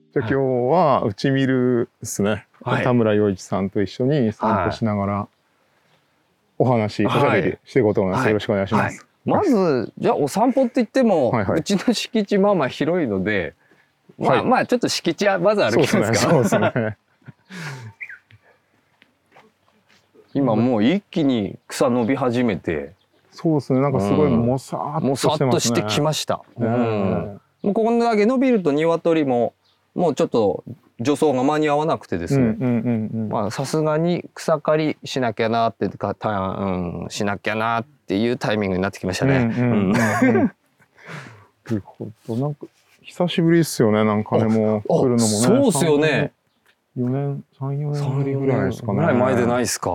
じゃあ今日は内見るですね、 はい、 田村陽一さんと一緒に散歩しながらお話、おしゃべりしていこうと思います。よろしくお願いします。 まずじゃあお散歩って言っても、 はいはい、 うちの敷地まあまあ広いので、まあ、はい、まあちょっと敷地はまず歩きますか。 そうですね。 今もう一気に草伸び始めて、 そうですね。なんかすごいもさっとしてきました。もうここだけ伸びると鶏ももうちょっと除草が間に合わなくてですね、まあさすがに草刈りしなきゃなってしなきゃなっていうタイミングになってきましたね。 なるほど。なんか久しぶりですよね。なんかね、もう来るのもね。 そうですよね。 3、4年ぶりぐらいですかね。 ぐらい前でないですか。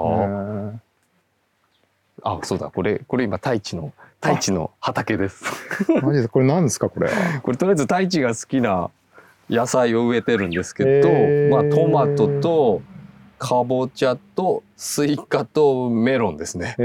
あ、そうだ。これ今太一の畑です。 マジでこれ何ですかこれは。 これとりあえず太一が好きな野菜を植えてるんですけど、まあトマトとかぼちゃとスイカとメロンですね。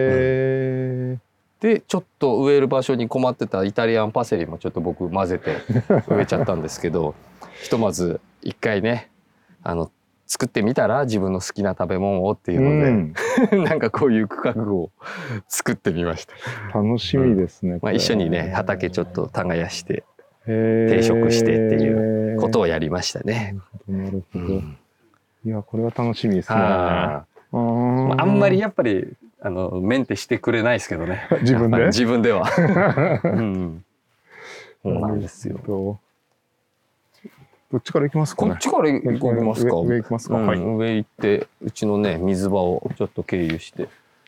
でちょっと植える場所に困ってたイタリアンパセリもちょっと僕混ぜて植えちゃったんですけどひとまず一回ね作ってみたら自分の好きな食べ物をっていうので、なんかこういう区画を作ってみました。 楽しみですね。 まあ、一緒にね畑ちょっと耕して定食してっていうことをやりましたね。 なるほど。いやこれは楽しみですね。 あんまりやっぱりメンテしてくれないですけどね。自分では。そうなんですよ。 どっちから行きますかね。 こっちから行きますか。 上行きますか。 上行ってうちのね水場をちょっと経由して。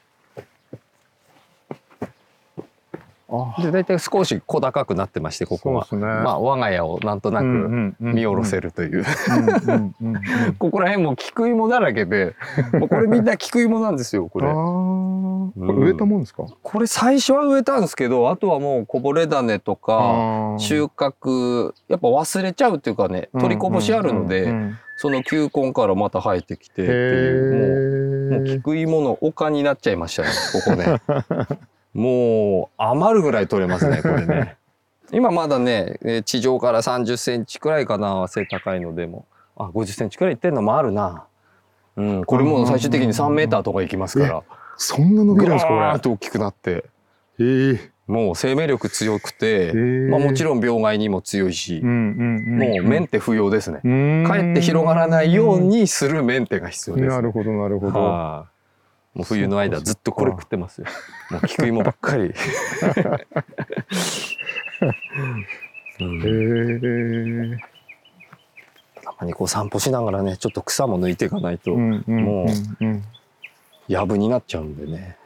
で大体少し小高くなってましてここは、まあ我が家をなんとなく見下ろせるというここら辺も菊芋だらけでもうこれみんな菊芋なんですよこれ。 これ植えたもんですか。 これ最初は植えたんですけどあとはもうこぼれ種とか収穫やっぱ忘れちゃうっていうかね取りこぼしあるのでその球根からまた生えてきてっていうもう菊芋の丘になっちゃいましたねここね。もう余るぐらい取れますねこれね。今まだね地上から30センチくらいかな背高いのでも50センチくらいいってんのもあるな。これもう最終的に3メーターとかいきますから。 そんな伸びるんですかこれ。 ガーッと大きくなって。もう生命力強くて、まあもちろん病害にも強いし、もうメンテ不要ですね。かえって広がらないようにするメンテが必要です。 なるほどなるほど。 もう冬の間ずっとこれ食ってますよ。もう菊芋ばっかり。たまにこう散歩しながらねちょっと草も抜いていかないともうやぶになっちゃうんでね。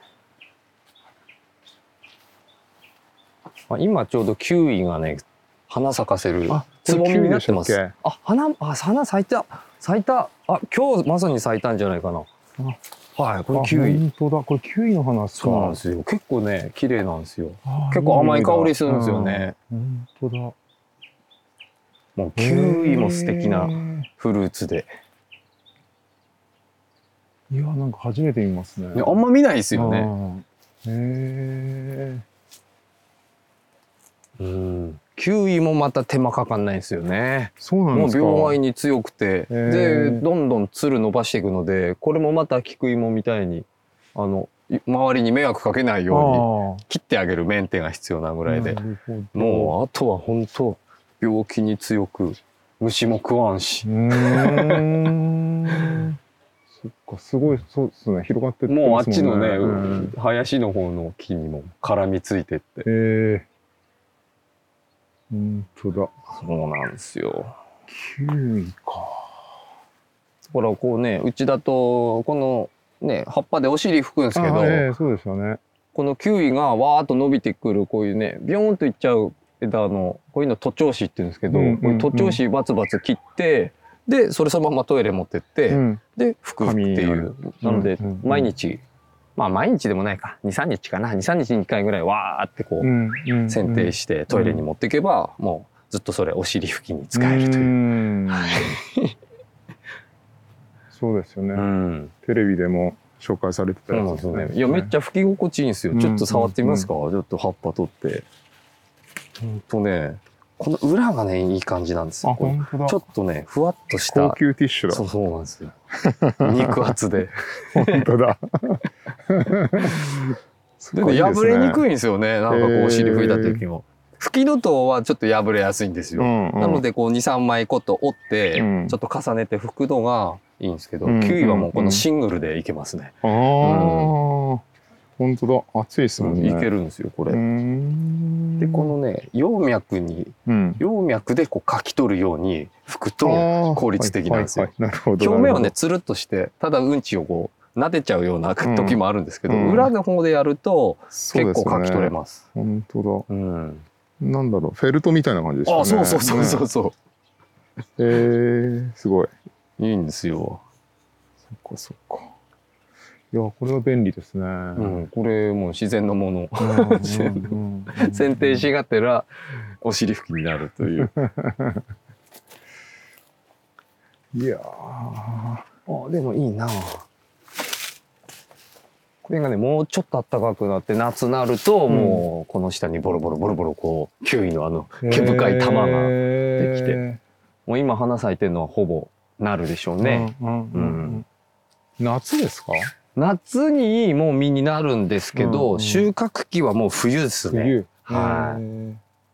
今ちょうどキウイがね花咲かせるつぼみになってます。花咲いた今日まさに咲いたんじゃないかな。はい、これキウイ。 本当だ、これキウイの花ですか。 そうなんですよ。結構ね、綺麗なんですよ。結構甘い香りするんですよね。 本当だ。 もうキウイも素敵なフルーツで。 いや、なんか初めて見ますね。 あんま見ないですよね。キウイもまた手間かかんないんですよね。 そうなんですか。 もう病害に強くて、でどんどんつる伸ばしていくので、これもまた菊芋みたいに周りに迷惑かけないように切ってあげるメンテが必要なぐらいで、もうあとは本当病気に強く虫も食わんし。 そっか、すごいそうですね。広がってってもうあっちのね林の方の木にも絡みついてって。 本当だ。 そうなんですよ。 キウイか。 ほらこうねうちだとこのね葉っぱでお尻拭くんですけど、 そうですよね。 このキウイがわーっと伸びてくるこういうねビョーンといっちゃう枝のこういうの徒長枝って言うんですけど、こういう徒長枝バツバツ切ってでそれそのままトイレ持ってって、で拭くっていう。なので毎日まあ毎日でもないか23日かな23日に1回ぐらいわーってこう剪定してトイレに持っていけばもうずっとそれお尻拭きに使えるという。 そうですよね。テレビでも紹介されてたやつですね。 いやめっちゃ拭き心地いいんですよ。ちょっと触ってみますか。ちょっと葉っぱ取って。ほんとねこの裏がねいい感じなんですよ。 あ、本当だ。 ちょっとねふわっとした高級ティッシュだ。 そうなんですよ。肉厚で本当だ。 でね破れにくいんですよね。なんかこうお尻拭いた時も。フキノトウはちょっと破れやすいんですよ。なのでこう2、3枚コット折ってちょっと重ねて拭くのがいいんですけど、キウイはもうこのシングルでいけますね。 ああ、本当だ。熱いですもんね。 いけるんですよこれ。でこのね葉脈でこうかき取るように拭くと効率的なんですよ。 なるほど。 表面はねつるっとしてただうんちをこう撫でちゃうような時もあるんですけど、裏の方でやると結構かき取れます。 本当だ。なんだろう、フェルトみたいな感じですね。 あ、そうそう。 すごい。 いいんですよ。 そっか。いや、これは便利ですね。 これもう自然のもの。剪定しがてらお尻拭きになるという。 いやー、でもいいな。これがねもうちょっと暖かくなって夏になると、もうこの下にボロボロこうキウイの毛深い玉ができて、もう今花咲いてるのはほぼなるでしょうね。 夏ですか？ 夏にもう実になるんですけど、収穫期はもう冬ですね。はい。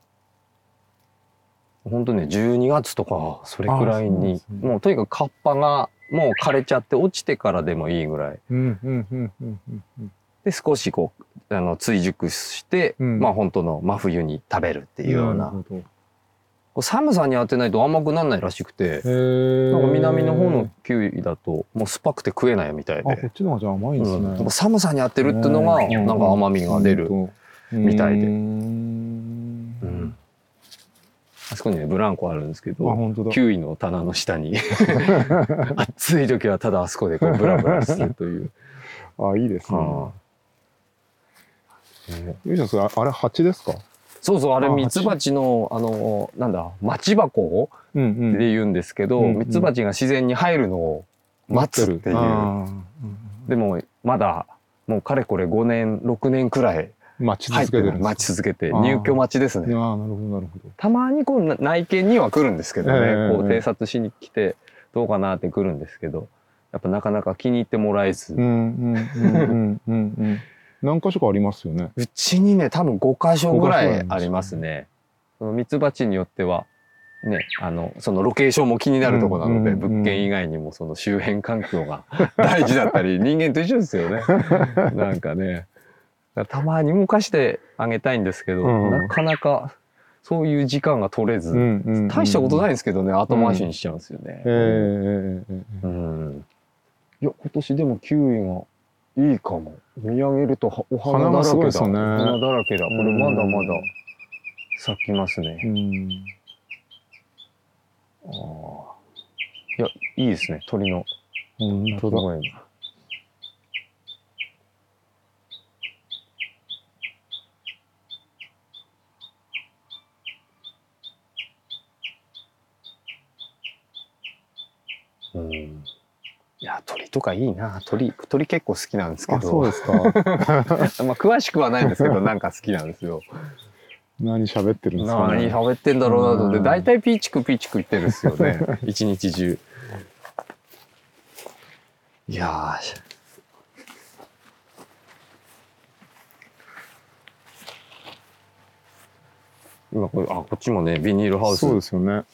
本当ね12月とかそれくらいにもうとにかく葉っぱがもう枯れちゃって落ちてからでもいいぐらいで、少しこう追熟して、まあ本当の真冬に食べるっていうような。寒さに当てないと甘くならないらしくて、なんか南の方のキウイだともう酸っぱくて食えないみたいで。 あ、こっちの方がじゃあ甘いんですね。 寒さに当てるっていうのがなんか甘みが出るみたいで。あそこにねブランコあるんですけど、キウイの棚の下に暑い時はただあそこでこうブラブラするという。 あ、いいですね。ゆうちゃん、それあれ蜂ですか？ そうそう、あれミツバチのなんだマチ箱で言うんですけど、ミツバチが自然に入るのを待つっていう。でもまだもうかれこれ5年6年くらい待ち続けてる。 待ち続けて入居待ちですね。たまにこう内見には来るんですけどね、こう偵察しに来てどうかなって来るんですけど、やっぱなかなか気に入ってもらえず。 何箇所かありますよね。 うちにね多分5箇所ぐらいありますね。ミツバチによってはね、そのロケーションも気になるところなので、物件以外にもその周辺環境が大事だったり、人間と一緒ですよね。なんかね。たまに動かしてあげたいんですけど、なかなかそういう時間が取れず、大したことないんですけどね、後回しにしちゃうんですよね。いや、今年でもキウイがいいかも。見上げるとお花だらけだ。お花だらけだ。これまだまだ咲きますね。いや、いいですね、鳥の。 本当だ。 いや、鳥とかいいな。鳥結構好きなんですけど。 そうですか。 まあ詳しくはないんですけど、なんか好きなんですよ。 何喋ってるんですかね。 何喋ってんだろうなとで、大体ピーチク言ってるんですよね。一日中。いや今こっちもねビニールハウス。 そうですよね。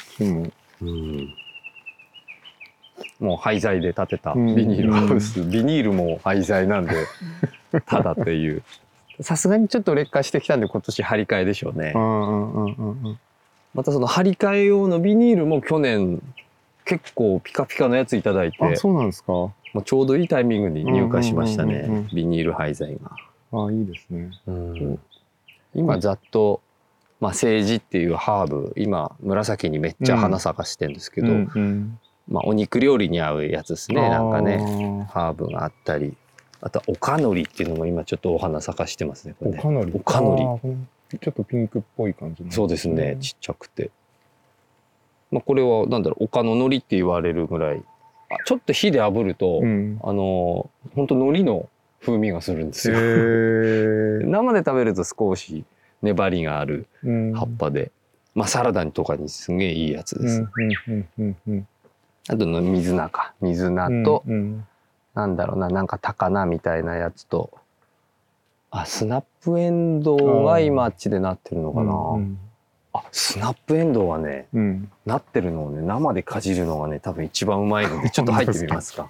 もう廃材で建てたビニールハウス。ビニールも廃材なんでただっていう。さすがにちょっと劣化してきたんで今年張り替えでしょうね。またその張り替え用のビニールも去年結構ピカピカのやついただいて。 あ、そうなんですか。 もうちょうどいいタイミングに入荷しましたね。ビニール廃材が。 あ、いいですね。 今ざっとまあセージっていうハーブ、今紫にめっちゃ花咲かしてるんですけど、まあお肉料理に合うやつですね。なんかねハーブがあったり。あとおかのりっていうのも今ちょっとお花咲かしてますね。これね、おかのり。ちょっとピンクっぽい感じ。 そうですね。ちっちゃくて。まあこれはなんだろう、おかののりって言われるぐらい。ちょっと火で炙ると、本当海苔の風味がするんですよ。生で食べると少し粘りがある葉っぱで、 まあサラダとかにすげえいいやつです。あとの水菜か。水菜と、なんだろうな、なんか高菜みたいなやつと、スナップエンドウが今あっちでなってるのかな。スナップエンドウはね、なってるのをね、生でかじるのがね、多分一番うまいので、ちょっと入ってみますか。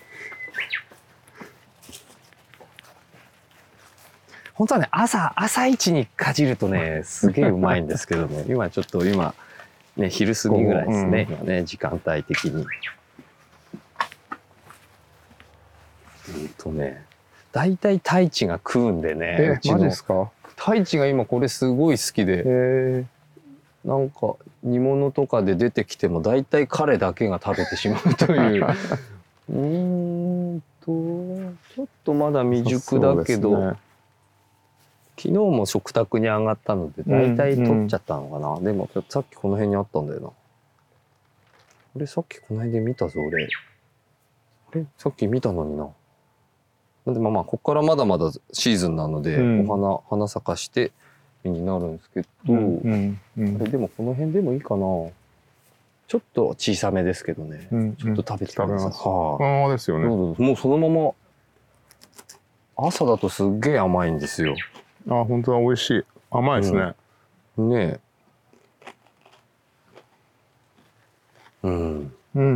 本当はね、朝一にかじるとね、すげえうまいんですけどね、今、ね、昼過ぎぐらいですね、今ね、時間帯的に。大体太一が食うんでね、 マジですか？ 太一が今これすごい好きで、なんか煮物とかで出てきても大体彼だけが食べてしまうというちょっとまだ未熟だけど、昨日も食卓に上がったので大体取っちゃったのかな。でもさっきこの辺にあったんだよな。俺さっきこの辺で見たぞ俺。さっき見たのにな。でもまあここからまだまだシーズンなので、花咲かしてになるんですけど、でもこの辺でもいいかな。ちょっと小さめですけどね、ちょっと食べてください。 このままですよね。 もうそのまま朝だとすっげえ甘いんですよ。 本当だ、美味しい。甘いですね。 ねえ。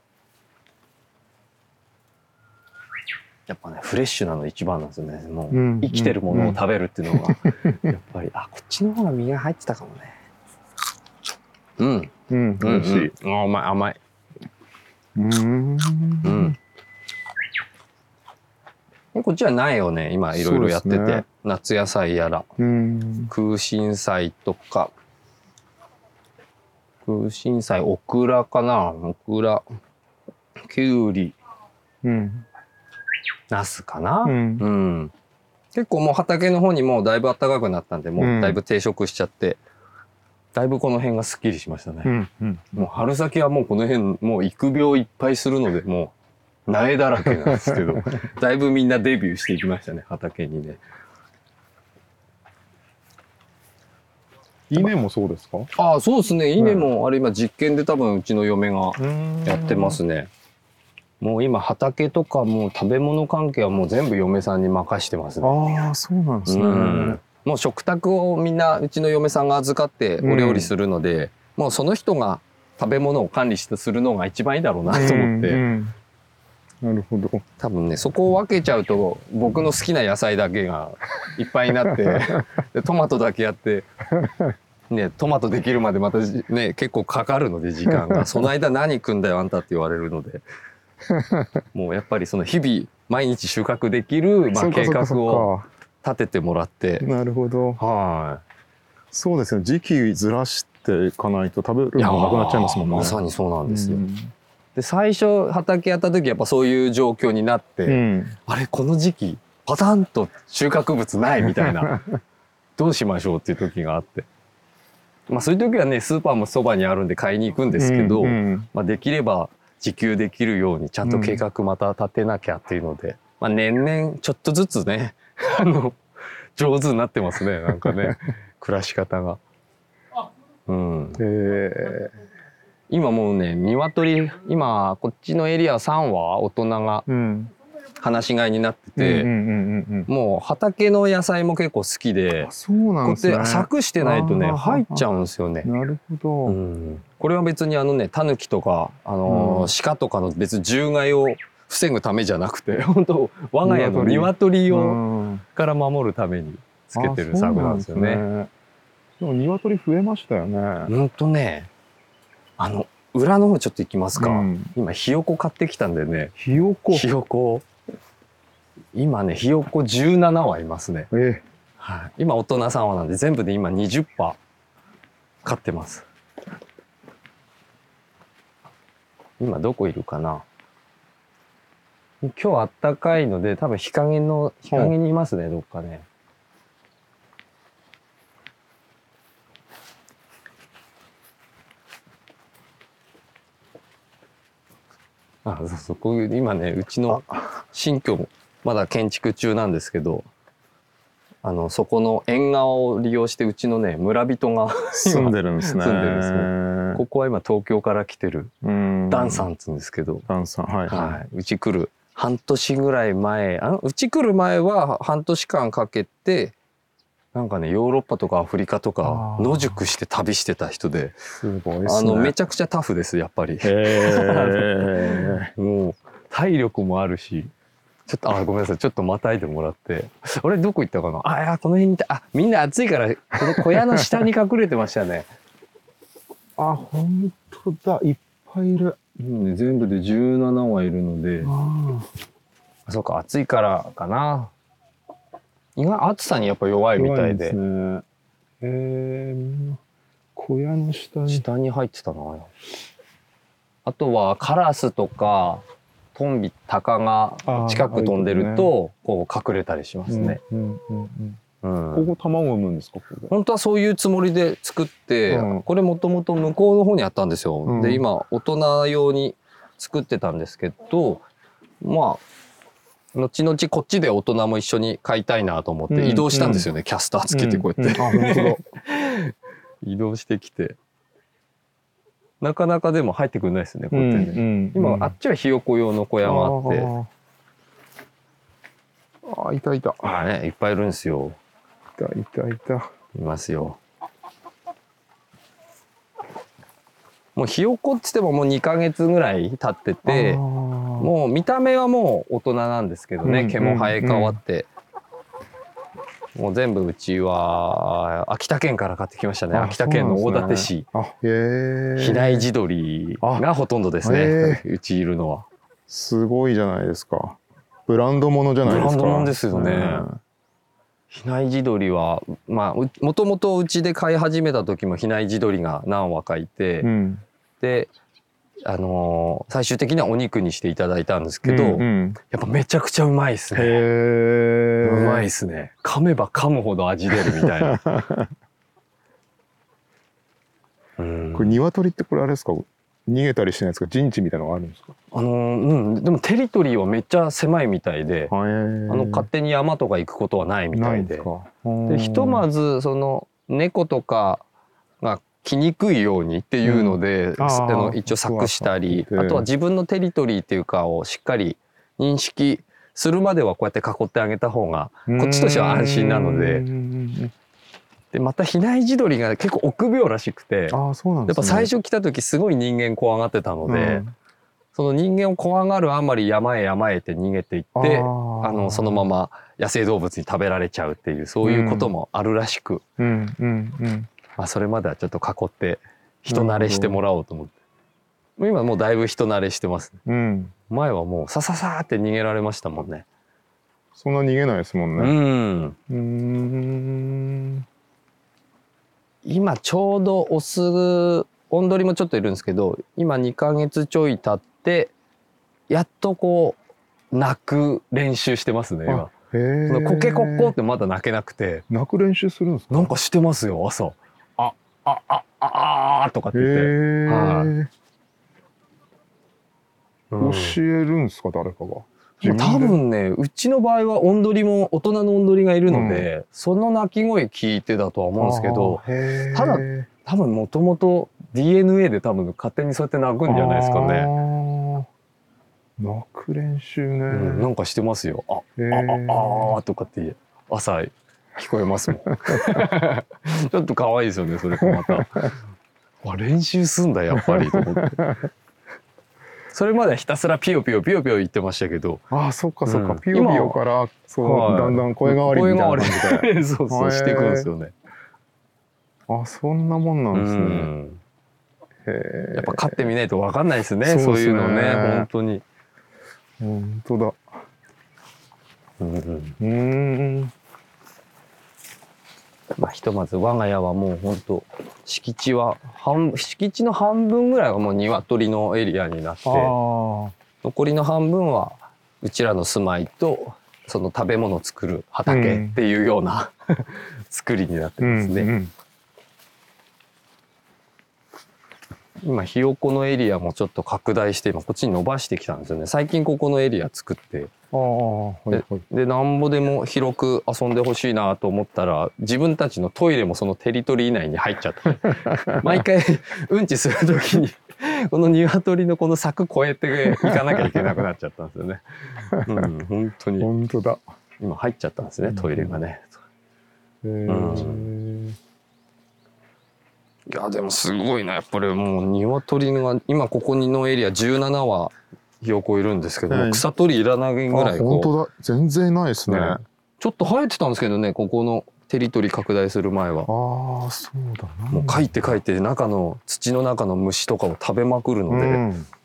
やっぱね、フレッシュなの一番なんですよね。もう生きてるものを食べるっていうのがやっぱりこっちの方が身が入ってたかもね。美味しい。甘い。こっちは苗をね、今いろいろやってて、夏野菜やら、空心菜とか、オクラかな、オクラ、きゅうり、ナスかな。結構もう畑の方にもだいぶ暖かくなったんで、もうだいぶ定食しちゃって、だいぶこの辺がすっきりしましたね。もう春先はもうこの辺、もう育苗いっぱいするので、もう苗だらけなんですけど、だいぶみんなデビューしていきましたね、畑にね。 稲もそうですか？ そうですね。稲も、あれ今実験で多分うちの嫁がやってますね。もう今畑とかもう食べ物関係はもう全部嫁さんに任してますね。 そうなんですね。 もう食卓をみんなうちの嫁さんが預かってお料理するので、もうその人が食べ物を管理してするのが一番いいだろうなと思って。 なるほど。 多分ね、そこを分けちゃうと僕の好きな野菜だけがいっぱいになってでトマトだけやってね、トマトできるまでまたね結構かかるので時間がその間何食うんだよあんたって言われるのでもうやっぱりその日々毎日収穫できる計画を立ててもらって。 なるほど。そうですね、時期ずらしていかないと食べるものなくなっちゃいますもんね。 まさにそうなんですよ。で最初畑やった時やっぱそういう状況になって、あれこの時期パタンと収穫物ないみたいなどうしましょうっていう時があって、そういう時はねスーパーもそばにあるんで買いに行くんですけど、できれば自給できるようにちゃんと計画また立てなきゃっていうので、年々ちょっとずつね上手になってますね、なんかね暮らし方が。今もうね鶏、今こっちのエリア3羽大人が放し飼いになってて、もう畑の野菜も結構好きで、 そうなんですね、 こうやって柵してないとね入っちゃうんですよね。 なるほど。 これは別にタヌキとか鹿とかの別に獣害を防ぐためじゃなくて、本当我が家の鶏をから守るためにつけてる柵なんですよね。 でも鶏増えましたよね。 裏の方ちょっと行きますか。今ひよこ買ってきたんでね。ひよこ今ねひよこ17羽いますね。今大人3羽なんで全部で今20羽飼ってます。今どこいるかな。今日あったかいので多分日陰にいますね、どっかね。そうこういう今ねうちの新居もまだ建築中なんですけど、 そこの縁側を利用してうちのね村人が住んでるんですね。 住んでるんですね。ここは今東京から来てるダンさんっつうんですけど、 ダンさん、はいはい、うち来る半年ぐらい前、うち来る前は半年間かけてなんかねヨーロッパとかアフリカとか野宿して旅してた人で、 すごいですね。 めちゃくちゃタフですやっぱり。もう体力もあるし。ちょっとごめんなさい、ちょっとまたいでもらって、俺どこ行ったかな。いやこの辺にいた。みんな暑いからこの小屋の下に隠れてましたね。 本当だ、いっぱいいる。 全部で17羽いるので。そうか、暑いからかな。意外暑さにやっぱ弱いみたいで。 みんな小屋の下に入ってたな。あとはカラスとかトンビ、タカが近く飛んでるとこう隠れたりしますね。ここ卵産むんですか？本当はそういうつもりで作って、これもともと向こうの方にあったんですよ。で今大人用に作ってたんですけど、まあ後々こっちで大人も一緒に飼いたいなと思って移動したんですよね。キャスターつけてこうやって、本当だ移動してきて。なかなかでも入ってくれないですね、こうやってね。今あっちはひよこ用の小屋もあって。いたいた。いっぱいいるんですよ。いますよ。もうひよこっつってももう2ヶ月ぐらい経ってて、もう見た目はもう大人なんですけどね、毛も生え変わって。もう全部うちは秋田県から買ってきましたね。秋田県の大館市。比内地鶏がほとんどですね。うちいるのは。 すごいじゃないですか。ブランドものじゃないですか。 ブランドものですよね。比内地鶏はまあもともとうちで飼い始めた時も比内地鶏が何羽かいて、で最終的にはお肉にしていただいたんですけど、やっぱめちゃくちゃうまいですね。うまいですね。噛めば噛むほど味出るみたいな。 これ鶏ってこれあれですか？逃げたりしないですか？陣地みたいなのがあるんですか？ でもテリトリーはめっちゃ狭いみたいで、勝手に山とか行くことはないみたいで、ひとまずその猫とかが来にくいようにっていうので、一応柵したり、あとは自分のテリトリーっていうかをしっかり認識するまではこうやって囲ってあげた方がこっちとしては安心なので。でまた比内地鶏が結構臆病らしくて、やっぱ最初来た時すごい人間怖がってたので、その人間を怖がるあまり山へって逃げていって、そのまま野生動物に食べられちゃうっていうそういうこともあるらしく、それまではちょっと囲って人慣れしてもらおうと思って、今もうだいぶ人慣れしてます、前はもうさささって逃げられましたもんね。 そんな逃げないですもんね。 今ちょうどオスオンドリもちょっといるんですけど、今2ヶ月ちょい経ってやっとこう鳴く練習してますね今。コケコッコってまだ鳴けなくて。 鳴く練習するんですか？ なんかしてますよ朝。とかって言って。 教えるんですか誰かが？ 多分ね、うちの場合はオンドリも大人のオンドリがいるので、その鳴き声聞いてだとは思うんですけど、ただ多分もともと DNA で多分勝手にそうやって鳴くんじゃないですかね。 鳴く練習ね。 なんかしてますよ。とかって朝聞こえますもん。ちょっと可愛いですよね、それがまた。練習すんだやっぱりと思って。それまではひたすらピヨピヨ言ってましたけど。 そっかそっか、ピヨピヨからだんだん声変わりみたいな感じでそうしていくんですよね。 そんなもんなんですね。 やっぱ飼ってみないと分かんないですね、そういうのね、本当に。 本当だ。 ひとまず我が家はもう本当敷地の半分ぐらいはもう鶏のエリアになって、残りの半分はうちらの住まいとその食べ物を作る畑っていうような作りになってますね。今ひよこのエリアもちょっと拡大して今こっちに伸ばしてきたんですよね。最近ここのエリア作ってはいはい。 でなんぼでも広く遊んでほしいなと思ったら自分たちのトイレもそのテリトリー内に入っちゃった毎回うんちする時にこの鶏のこの柵越えていかなきゃいけなくなっちゃったんですよね。本当に本当だ。 今入っちゃったんですね、トイレがね。いやでもすごいな、やっぱりもう鶏が今ここのエリア17羽ひよこいるんですけど、草取りいらないぐらい本当だ、全然ないですね。 ちょっと生えてたんですけどね、ここのテリトリー拡大する前は。 ああ、そうだな。 もうかいて中の土の中の虫とかを食べまくるので、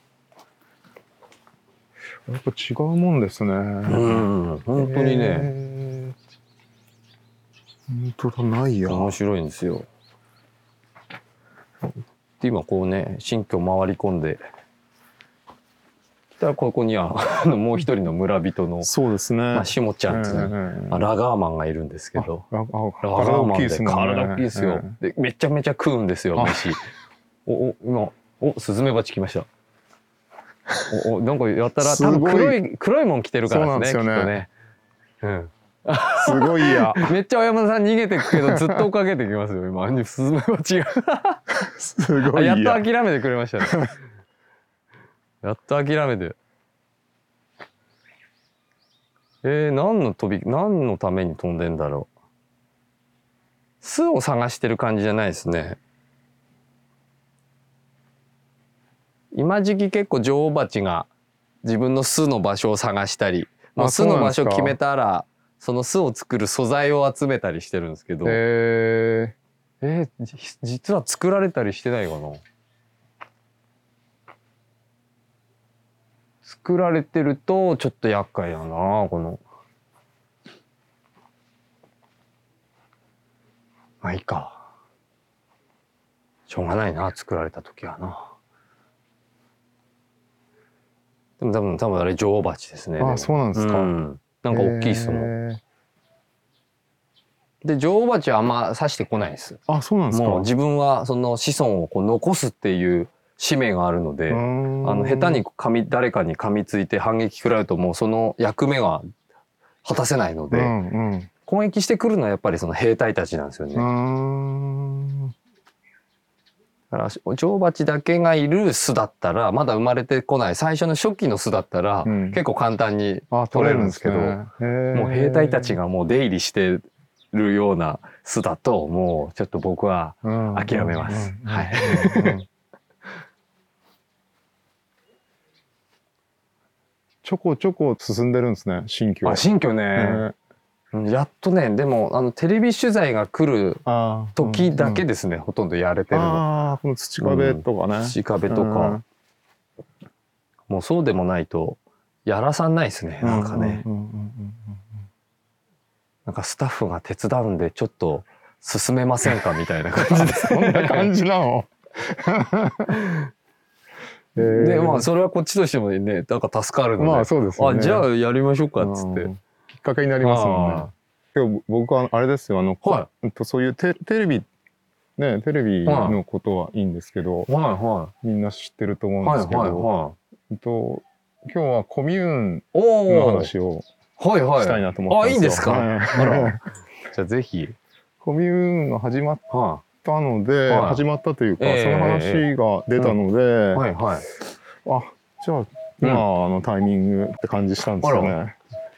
やっぱ違うもんですね。 本当にね。 本当だ、ないや。 面白いんですよ。で今こうね新居回り込んできたらここにはもう一人の村人のそうですね、 まあ、しもちゃんっていうラガーマンがいるんですけど、ラガーマンで体大きいですよ。でめちゃめちゃ食うんですよ飯。今スズメバチ来ました。なんかやったら多分黒いもん着てるからですね、きっとね。 すごいや。 めっちゃ小山田さん逃げてくけどずっと追っかけてきますよ今。スズメバチがすごいや。 やっと諦めてくれましたね。やっと諦めて。何のために飛んでんだろう。巣を探してる感じじゃないですね。今時期結構女王蜂が自分の巣の場所を探したり、もう巣の場所決めたらその巣を作る素材を集めたりしてるんですけど、実は作られたりしてないかな。作られてるとちょっと厄介だなこの。まあいいか。しょうがないな作られた時はな。でも多分あれ女王蜂ですね。 あ、そうなんですか。 なんか大きいっすもん。で女王蜂はあんま刺してこないです。 あ、そうなんですか。 もう自分はその子孫をこう残すっていう使命があるので、下手に誰かに噛みついて反撃食らうともうその役目は果たせないので、攻撃してくるのはやっぱりその兵隊たちなんですよね。だから女王蜂だけがいる巣だったらまだ生まれてこない最初の初期の巣だったら結構簡単に取れるんですけど、もう兵隊たちがもう出入りしてるような巣だともうちょっと僕は諦めます。はい。 ちょこちょこ進んでるんですね、新居。 新居ね。やっとね、でもテレビ取材が来る時だけですね、ほとんどやれてるの。 この土壁とかね。 土壁とか。もうそうでもないとやらさんないですね、なんかね。なんかスタッフが手伝うんでちょっと進めませんかみたいな感じで。 そんな感じなの。 でまあそれはこっちとしてもねなんか助かるので、 まあそうですよね。 じゃあやりましょうかっつって。 きっかけになりますもんね。今日僕はあれですよ、そういうテレビのことはいいんですけど、みんな知ってると思うんですけど、今日はコミューンの話をしたいなと思ってますよ。 いいんですか。じゃあぜひ。 コミューンが始まったので、始まったというかその話が出たので、じゃあ今のタイミングって感じしたんですよね。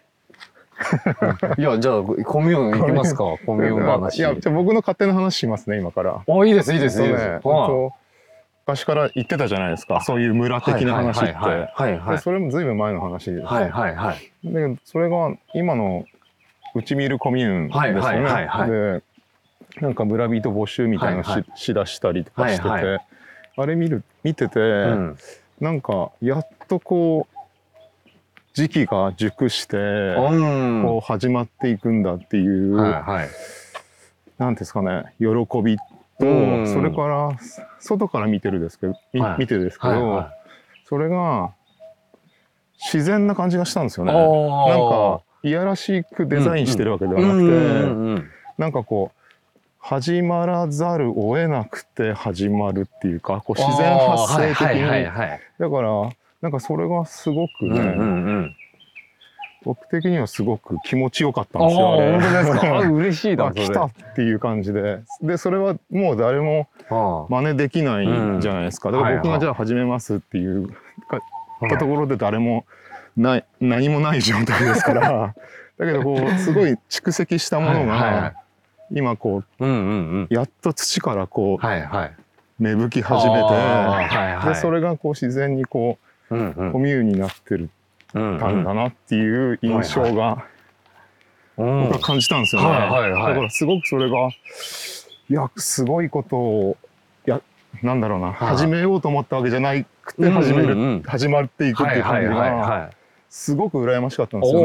いやじゃあコミューン行きますか。コミューン話。 じゃあ僕の勝手な話しますね今から。 いいですいいですいいです。 昔から言ってたじゃないですか、そういう村的な話って。それもずいぶん前の話です。でそれが今のうち見るコミューンですよね。でなんか村人募集みたいなのしだしたりとかしてて、あれ見てて、なんかやっとこう時期が熟してこう始まっていくんだっていうなんですかね、喜びと、それから外から見てですけど、それが自然な感じがしたんですよね。なんかいやらしくデザインしてるわけではなくて、なんかこう始まらざるを得なくて始まるっていうか、こう自然発生的に、だからなんかそれがすごくね、 僕的にはすごく気持ちよかったんですよ。 本当ですか。嬉しいな。 来たっていう感じで、それはもう誰も真似できないじゃないですか。だから僕がじゃあ始めますっていうところで誰も何もない状態ですから。だけどこうすごい蓄積したものが今こうやっと土からこう芽吹き始めて、でそれがこう自然にこうコミューンになってるたんだなっていう印象が僕は感じたんですよね。だからすごくそれがいやすごいことをなんだろうな、始めようと思ったわけじゃなくて始まっていくっていう感じがすごく羨ましかったんですよ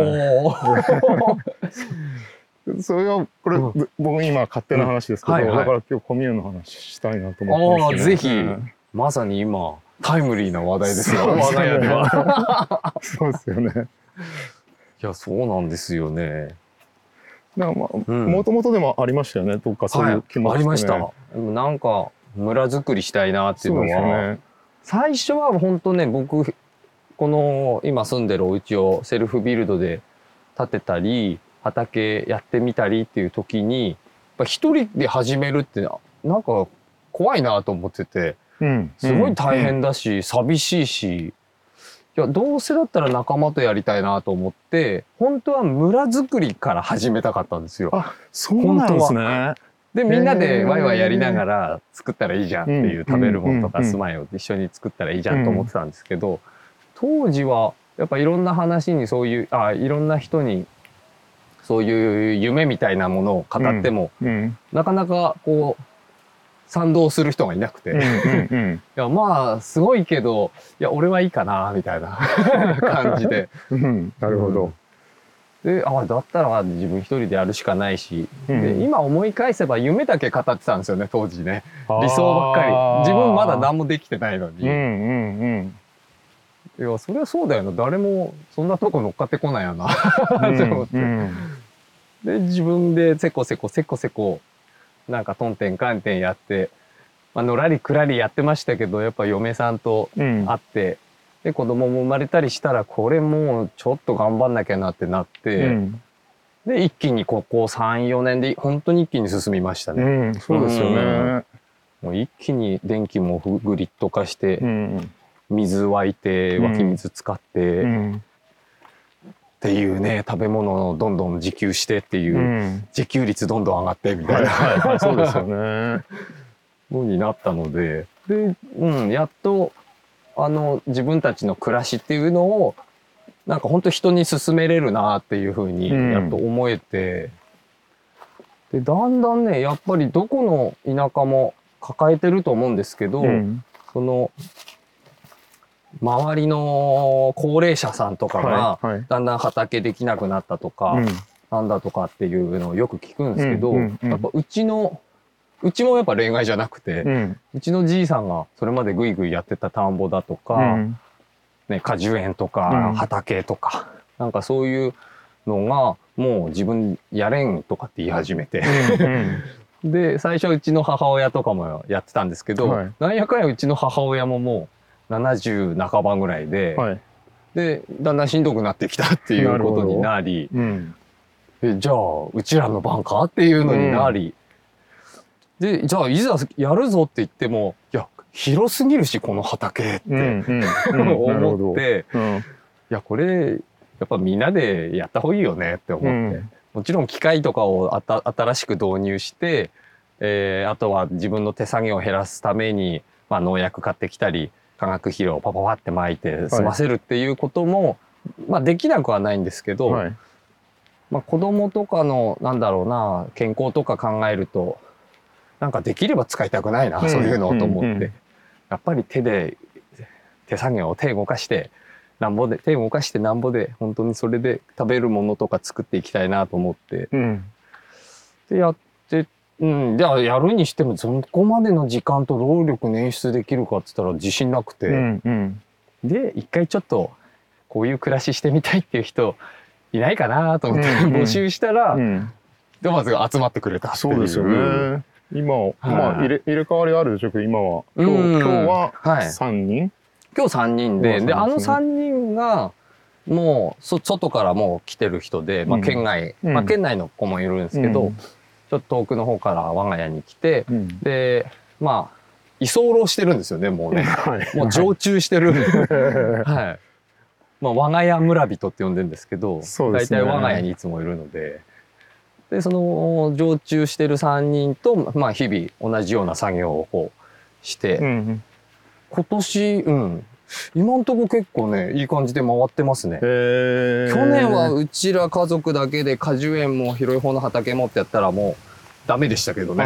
ね。それがこれ僕今勝手な話ですけど、だから今日コミューンの話したいなと思ってますね。 ぜひまさに今タイムリーな話題ですよ。我が家では。 そうですよね。 いやそうなんですよね。 だからもともとでもありましたよね。どっかそういう気持ち、 ありました。なんか村づくりしたいなっていうのは、最初は本当ね、僕この今住んでるお家をセルフビルドで建てたり畑やってみたりっていう時に、やっぱ一人で始めるってなんか怖いなと思ってて、すごい大変だし寂しいし、いやどうせだったら仲間とやりたいなと思って、本当は村づくりから始めたかったんですよ。 あ、そうなんですね。 でみんなでワイワイやりながら作ったらいいじゃんっていう、食べるものとか住まいを一緒に作ったらいいじゃんと思ってたんですけど、当時はやっぱいろんな話にそういういろんな人にそういう夢みたいなものを語っても、なかなかこう賛同する人がいなくて、いやまあすごいけど、いや俺はいいかなみたいな感じで、 なるほど。 でだったら自分一人でやるしかないし、で今思い返せば夢だけ語ってたんですよね当時ね。理想ばっかり、自分まだ何もできてないのに、いやそれはそうだよな、誰もそんなとこ乗っかってこないよなと思って、で自分でせこせこなんかトンテンカンテンやって、のらりくらりやってましたけど、やっぱ嫁さんと会って、で子供も生まれたりしたらこれもうちょっと頑張んなきゃなってなって、で一気にここ3、4年で本当に一気に進みましたね。 そうですよね。 もう一気に電気もグリッド化して、水湧いて湧き水使って、っていうね、食べ物をどんどん自給してっていう、自給率どんどん上がってみたいな、 そうですよね。 のになったので、やっと自分たちの暮らしっていうのをなんか本当人に勧めれるなっていうふうにやっと思えて、でだんだんねやっぱりどこの田舎も抱えてると思うんですけど、その周りの高齢者さんとかがだんだん畑できなくなったとか、なんだとかっていうのをよく聞くんですけど、やっぱうちもやっぱ例外じゃなくて、うちのじいさんがそれまでぐいぐいやってた田んぼだとか、果樹園とか畑とか、なんかそういうのがもう自分やれんとかって言い始めてで最初うちの母親とかもやってたんですけど、なんやかんやうちの母親ももう70半ばぐらいで、でだんだんしんどくなってきたっていうことになり、じゃあうちらの番かっていうのになり、でじゃあいざやるぞって言っても、いや広すぎるしこの畑って思って、いやこれやっぱみんなでやった方がいいよねって思って、もちろん機械とかを新しく導入して、あとは自分の手作業を減らすために、農薬買ってきたり化学肥料をパパパって撒いて済ませるっていうことも、できなくはないんですけど、子供とかのなんだろうな、健康とか考えるとなんかできれば使いたくないな、そういうのと思って、やっぱり手作業を手動かしてなんぼで本当にそれで食べるものとか作っていきたいなと思って、でやって、じゃあやるにしてもそこまでの時間と労力捻出できるかって言ったら自信なくて、で一回ちょっとこういう暮らししてみたいっていう人いないかなと思って募集したら、まず集まってくれたっていう。 そうですよね。今入れ替わりあるでしょうけど、今は今日は3人、 今日3人で、あの3人がもう外からもう来てる人で、まあ、県外、まあ、県内の子もいるんですけど、ちょっと遠くの方から我が家に来て、でまあ居候してるんですよね、もうね。もう常駐してる。はい。まあ、我が家村人って呼んでるんですけど、大体我が家にいつもいるので、で、その常駐してる3人と、まあ、日々同じような作業をこうして、今年、今んとこ結構ね、いい感じで回ってますね。去年はうちら家族だけで果樹園も広い方の畑持ってやったらもうダメでしたけどね。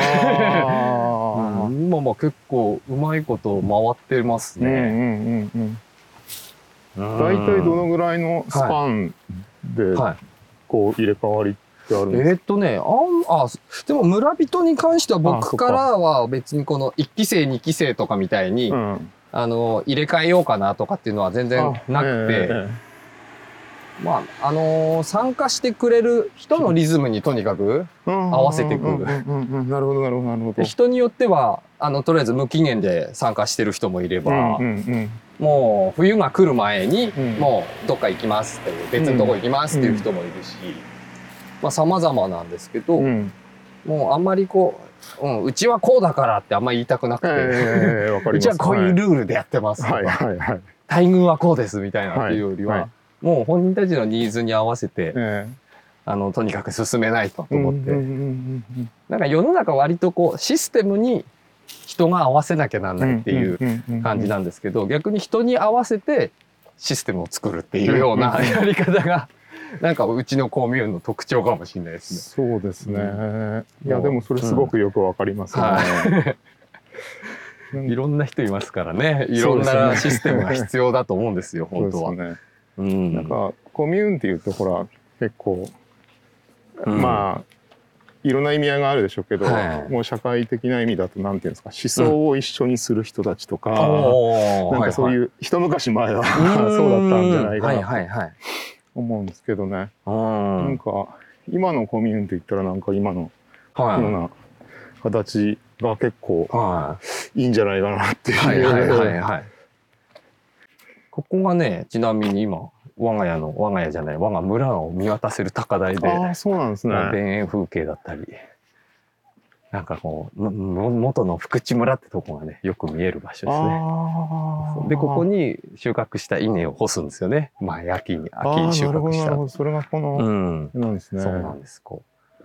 今も結構うまいこと回ってますね。 大体どのぐらいのスパンでこう入れ替わりってあるんですか？ でも村人に関しては僕からは別にこの1期生2期生とかみたいに、入れ替えようかなとかっていうのは全然なくて、まあ参加してくれる人のリズムにとにかく合わせていく。 なるほどなるほどなるほど。 人によってはとりあえず無期限で参加してる人もいれば、もう冬が来る前にもうどっか行きますっていう、別のとこ行きますっていう人もいるし、まあ様々なんですけど、もうあんまりこう、うちはこうだからってあんまり言いたくなくて、うちはこういうルールでやってますとか、待遇はこうですみたいなっていうよりは、もう本人たちのニーズに合わせて、とにかく進めないと思って、なんか世の中割とこうシステムに人が合わせなきゃなんないっていう感じなんですけど、逆に人に合わせてシステムを作るっていうようなやり方が、なんかうちのコミューンの特徴かもしれないですね。そうですね。いやでもそれすごくよくわかりますね。 いろんな人いますからね。いろんなシステムが必要だと思うんですよ、本当は。 なんかコミューンっていうとほら結構まあいろんな意味合いがあるでしょうけど、もう社会的な意味だとなんていうんですか、思想を一緒にする人たちとか、なんかそういう一昔前はそうだったんじゃないかなと思うんですけどね。なんか今のコミューンって言ったらなんか今のような形が結構いいんじゃないかなっていう。 ここがね、ちなみに今我が村を見渡せる高台で、 そうなんですね。 田園風景だったり、なんかこう元の福地村ってとこがねよく見える場所ですね。でここに収穫した稲を干すんですよね。前秋に収穫した。 それがこのなんですね。 そうなんです。こ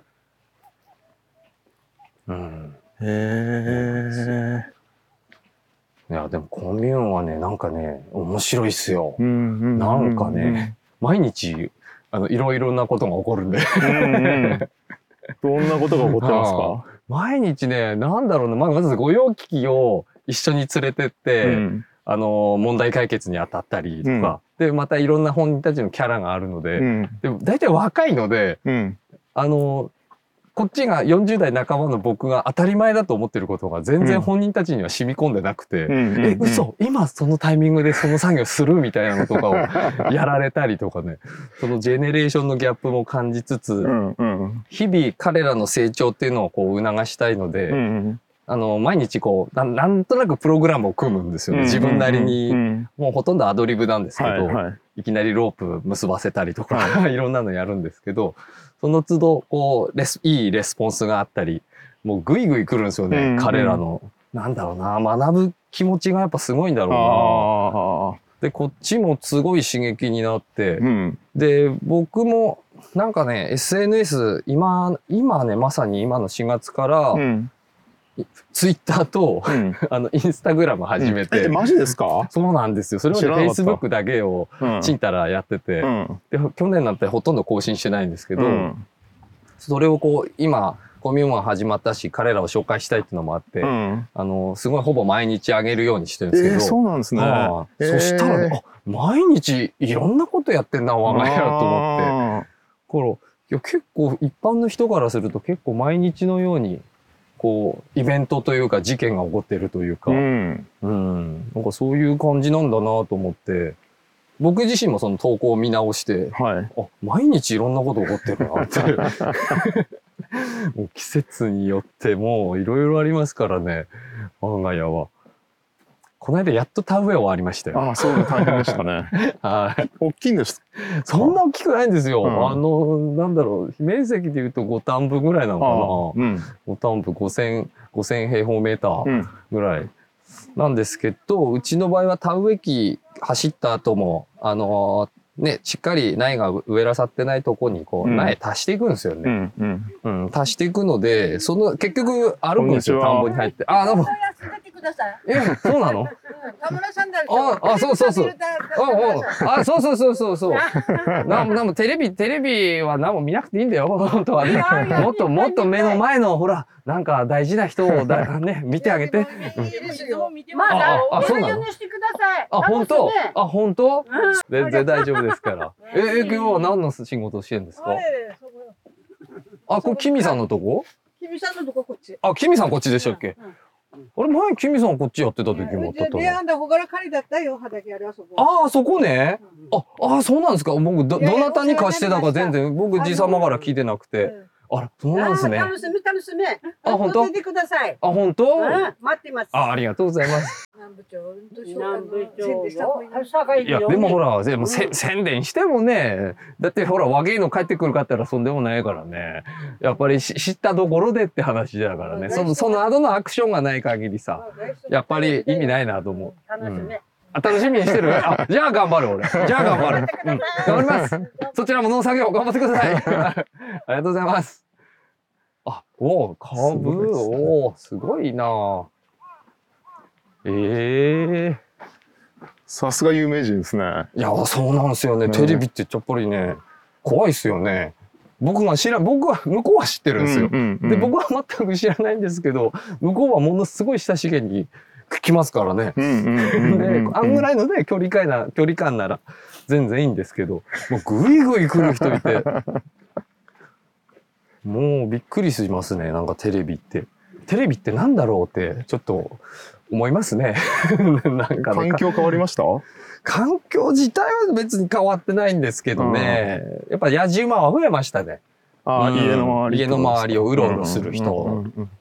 う。いやでもコミューンはねなんかね面白いっすよ。なんかね毎日いろいろなことが起こるんで。 どんなことが起こってますか？ 毎日ね、なんだろうな、まず御用聞きを一緒に連れてって、問題解決に当たったりとか、で、またいろんな本人たちのキャラがあるので、でも大体若いので、こっちが40代半ばの僕が当たり前だと思ってることが全然本人たちには染み込んでなくて、嘘今そのタイミングでその作業するみたいなのとかをやられたりとかね、そのジェネレーションのギャップも感じつつ、日々彼らの成長っていうのをこう促したいので、毎日こうなんとなくプログラムを組むんですよね。自分なりに、もうほとんどアドリブなんですけど、いきなりロープ結ばせたりとか、いろんなのやるんですけど、その都度こういいレスポンスがあったり、もうグイグイ来るんですよね。彼らのなんだろうな、学ぶ気持ちがやっぱすごいんだろうな。でこっちもすごい刺激になって、で僕もなんかね SNS 今ねまさに今の4月から、ツイッターと、インスタグラム始めて。 マジですか？ そうなんですよ。それまでフェイスブックだけをちんたらやってて、で去年なんてほとんど更新してないんですけど、それをこう今コミューンが始まったし彼らを紹介したいっていうのもあって、すごいほぼ毎日上げるようにしてるんですけど、 そうなんですね。 そしたらね、毎日いろんなことやってんな我が家と思って、結構一般の人からすると結構毎日のようにこうイベントというか事件が起こってるというか、なんかそういう感じなんだなと思って、僕自身もその投稿を見直して、毎日いろんなこと起こってるなってもう季節によってもういろいろありますからね、我が家は。 この間やっと田植え終わりましたよ。 ああ、そう大変でしたね。 はい。 大きいんです。 そんな大きくないんですよ。なんだろう、面積でいうと5反布ぐらいなのかな。5反布5000平方メーターぐらいなんですけど、うちの場合は田植え機走った後も、ね、しっかり苗が植えらさってないとこにこう苗足していくんですよね。足していくので、結局歩くんですよ、田んぼに入って。あ、どうも。そうなの？ 田村さんだ。 そうそうそう。そう。なんもテレビは何も見なくていいんだよ、本当はね。もっと目の前のほら、なんか大事な人をね、見てあげて。 まだそうなの？ 本当？全然大丈夫ですから。今日は何の仕事してるんですか？これキミさんのとこ？ キミさんのとここっち。 キミさんこっちでしたっけ？あれ前キミさんこっちやってた時もあったと。 ベアンダほがらかりだったよ、畑あれはそこ。 そこね。そうなんですか。僕どなたに貸してたか全然僕じ様から聞いてなくて。そうなんですね。 楽しみ。 本当？ 出てください。 本当？ 待ってます。 ありがとうございます。 南部長。 いやでもほら宣伝してもね、だってほら和芸の帰ってくるかったらそんでもないからね。やっぱり知ったところでって話だからね。その後のアクションがない限りさ、やっぱり意味ないなと思う。楽しみにしてる？じゃあ頑張る俺。じゃあ頑張る。頑張ります。そちらも農作業頑張ってください。ありがとうございます。株、すごいな。 さすが有名人ですね。 いや、そうなんですよね。テレビってやっぱりね、怖いですよね。僕は向こうは知ってるんですよ。で、僕は全く知らないんですけど、向こうはものすごい親しげに来ますからね。で、あんぐらいのね、距離感なら全然いいんですけど、もうぐいぐい来る人いて、もうびっくりしますね。なんかテレビってなんだろうってちょっと思いますね。なんか環境変わりました？ 環境自体は別に変わってないんですけどね。やっぱ野じ馬は増えましたね。家の周りをうろうろする人。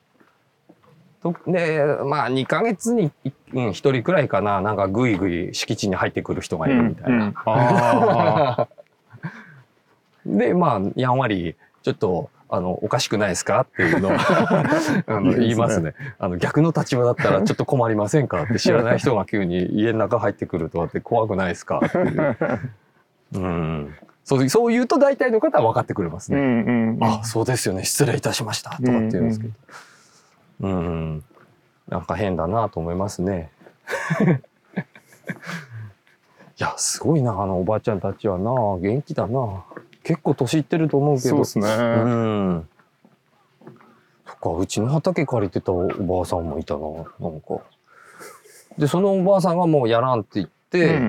で、2ヶ月に1人くらいかな、なんかぐいぐい敷地に入ってくる人がいるみたいな。で、やんわり、ちょっと、おかしくないですかっていうのを言いますね。逆の立場だったらちょっと困りませんかって、知らない人が急に家の中入ってくるとかって怖くないですかっていう。そう言うと大体の方は分かってくれますね。そうですよね。失礼いたしました。とかって言うんですけど。なんか変だなと思いますね。いや、すごいな、おばあちゃんたちはな、元気だな。結構年いってると思うけど。 そうですね。 そっか、うちの畑借りてたおばあさんもいたな、なんか。で、そのおばあさんがもうやらんって言って、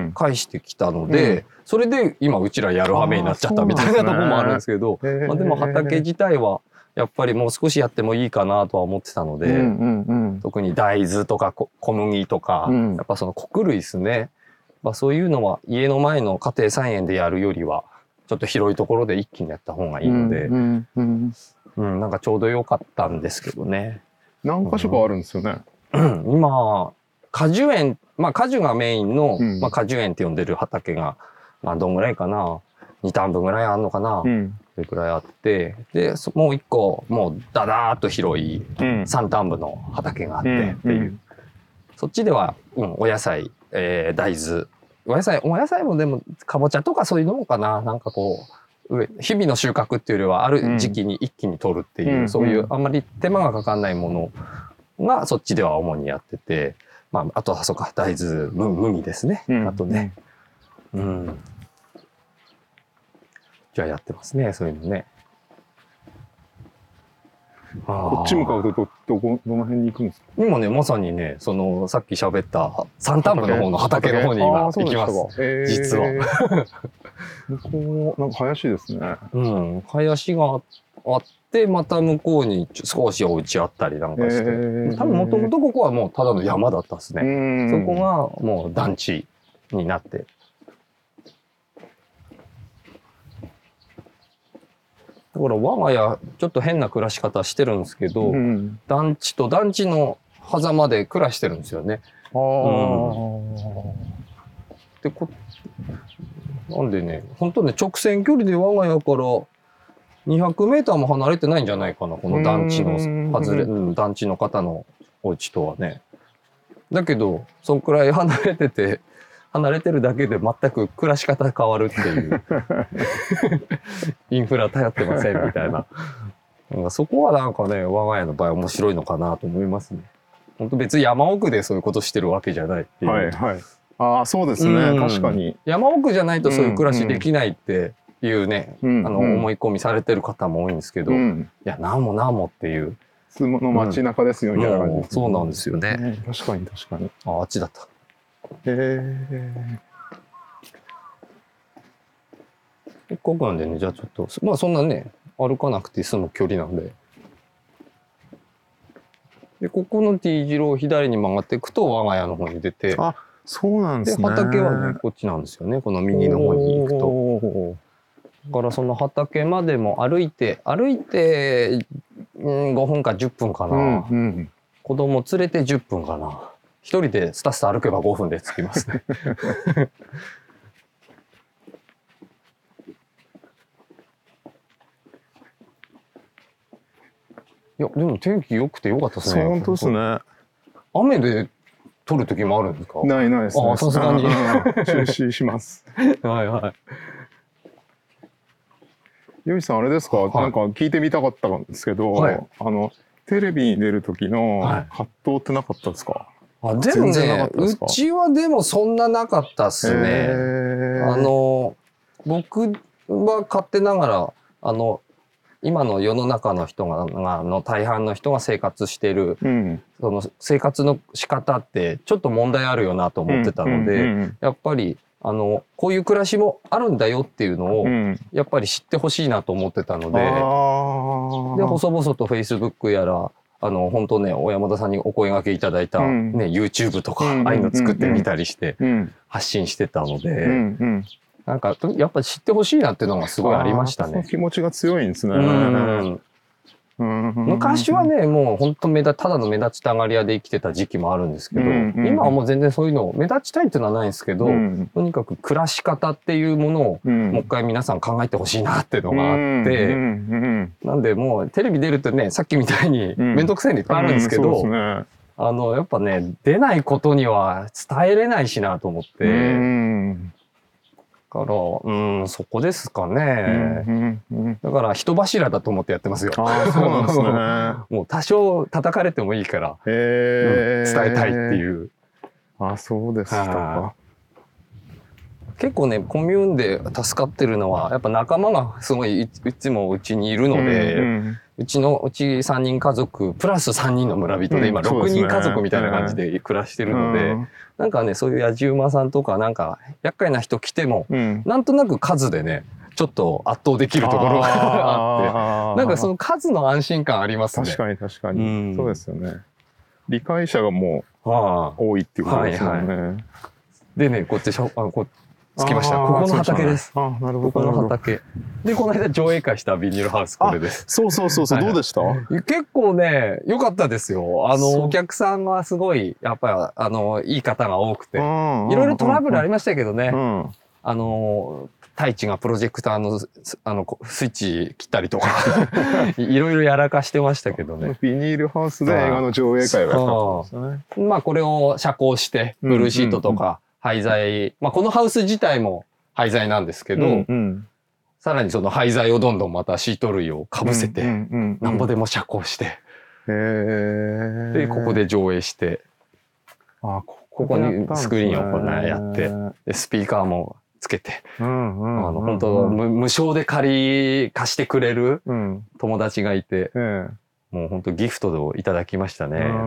返してきたので、それで今うちらやる羽目になっちゃったみたいなとこもあるんですけど、でも畑自体は、やっぱりもう少しやってもいいかなとは思ってたので、特に大豆とか小麦とか、やっぱその穀類ですね。そういうのは家の前の家庭菜園でやるよりは、ちょっと広いところで一気にやった方がいいので、なんかちょうど良かったんですけどね。 何箇所かあるんですよね。 今、果樹園、果樹がメインの、果樹園って呼んでる畑が、どんぐらいかな、2反分ぐらいあんのかな。それくらいあって、で、もう一個、もうダダーっと広い3反分の畑があってっていう。そっちでは、お野菜、大豆、お野菜もでも、かぼちゃとかそういうのもかな。なんかこう、日々の収穫っていうよりは、ある時期に一気に取るっていう、そういうあんまり手間がかかんないものがそっちでは主にやってて、あとはそうか、大豆、麦ですね。あとね。じゃあやってますね、そういうのね。 こっち向かうとどの辺に行くんですか？ 今ね、まさにね、さっき喋った山間部の方の畑の方に今行きます。実は。 向こう、なんか林ですね。 林があって、また向こうに少しお家あったりなんかして。多分もともとここはもうただの山だったですね。そこがもう団地になって。だから我が家ちょっと変な暮らし方してるんですけど、団地と団地の狭間で暮らしてるんですよね。 なんでね、本当ね、直線距離で我が家から200メーターも離れてないんじゃないかな、この団地の団地の方のお家とはね。だけど、そんくらい離れてるだけで全く暮らし方変わるっていう。インフラ頼ってませんみたいな。そこはなんかね、我が家の場合面白いのかなと思いますね。本当別に山奥でそういうことしてるわけじゃないっていう。 はいはい。ああ、そうですね。確かに。 山奥じゃないとそういう暮らしできないっていうね、思い込みされてる方も多いんですけど、いや、なんもっていう。 普通の街中ですよ、みたいな感じ。 そうなんですよね。 確かに確かに。 あっちだった。ここなんでね、じゃあちょっと、まあそんなね、歩かなくて済む距離なんで。で、ここの T 字路を左に曲がっていくと我が家の方に出て、 あ、そうなんですね。 で、畑はね、こっちなんですよね。この右の方に行くと。だからその畑までも歩いて、5分か10分かな。子供連れて10分かな。一人でスタスタ歩けば5分で着きますね。いや、でも天気良くて良かったですね。 本当ですね。 雨で撮る時もあるんですか？ ないですね。 さすがに。 中止します。 はいはい。 よいさんあれですか、なんか聞いてみたかったんですけど、テレビに出る時の葛藤ってなかったですか？ でもね、うちはでもそんななかったっすね。僕は勝手ながら、今の世の中の人が大半の人が生活している、その生活の仕方ってちょっと問題あるよなと思ってたので、やっぱりこういう暮らしもあるんだよっていうのをやっぱり知ってほしいなと思ってたので、で細々と Facebook やら本当ね小山田さんにお声掛けいただいた、YouTube とかああいうの作ってみたりして発信してたので。なんかやっぱり知ってほしいなっていうのがすごいありましたね。 気持ちが強いんですね。 昔はね、もう本当ただの目立ちたがり屋で生きてた時期もあるんですけど、今はもう全然そういうの目立ちたいっていうのはないんですけど、とにかく暮らし方っていうものをもう一回皆さん考えてほしいなっていうのがあって、なんでもうテレビ出るとね、さっきみたいにめんどくさいのいっぱいあるんですけど、やっぱね、出ないことには伝えれないしなと思って、だから、そこですかね。だから人柱だと思ってやってますよ。 そうなんですね。 もう多少叩かれてもいいから伝えたいっていう。 そうですか。 結構ねコミューンで助かってるのはやっぱ仲間がすごいいつもうちにいるので、うち3人家族プラス3人の村人で今6人家族みたいな感じで暮らしてるので、なんかねそういうやじ馬さんとかなんか厄介な人来ても、なんとなく数でねちょっと圧倒できるところがあって、なんかその数の安心感ありますね。 確かに確かに、そうですよね。理解者がもう多いっていうことですよね。 でねこっち着きました。ここの畑です。ここの畑。で、この間上映会したビニールハウスこれです。 そう、どうでした？ 結構ね、良かったですよ。お客さんがすごい、やっぱり、いい方が多くて。いろいろトラブルありましたけどね。太一がプロジェクターの、スイッチ切ったりとか、いろいろやらかしてましたけどね。 ビニールハウスで映画の上映会をやったんですね。 まあ、これを遮光して、ブルーシートとか、廃材、まあこのハウス自体も廃材なんですけど、さらにその廃材をどんどんまたシート類をかぶせて、なんぼでも遮光して、で、ここで上映して、ここにスクリーンをこんなやって、でスピーカーもつけて、本当無償で貸してくれる友達がいて、もう本当ギフトをいただきましたね。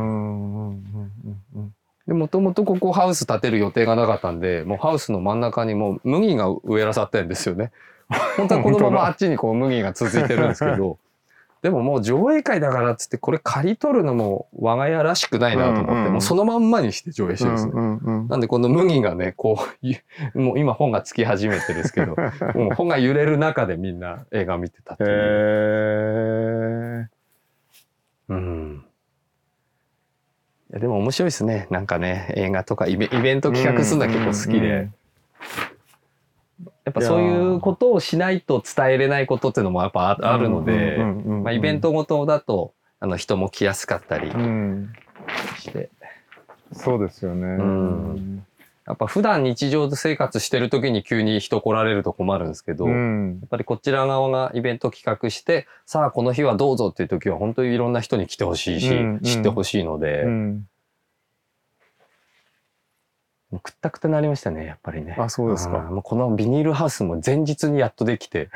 で、もともとここハウス建てる予定がなかったんで、もうハウスの真ん中にもう麦が植えらさってるんですよね。本当はこのままあっちにこう麦が続いてるんですけど、でももう上映会だからっつってこれ刈り取るのも我が家らしくないなと思って、もうそのまんまにして上映してるんですね。なんでこの麦がね、こう、もう今本がつき始めてですけど、もう本が揺れる中でみんな映画見てたっていう。 やでも面白いですね。なんかね、映画とかイベント企画するのは結構好きで。やっぱそういうことをしないと伝えれないことっていうのもやっぱあるので、イベントごとだと人も来やすかったりして。 そうですよね。 やっぱ普段日常生活してる時に急に人来られると困るんですけど、やっぱりこちら側がイベント企画して、さあこの日はどうぞっていう時は本当にいろんな人に来てほしいし、知ってほしいので、もうくったくたになりましたね、やっぱりね。 あ、そうですか。 もうこのビニールハウスも前日にやっとできて、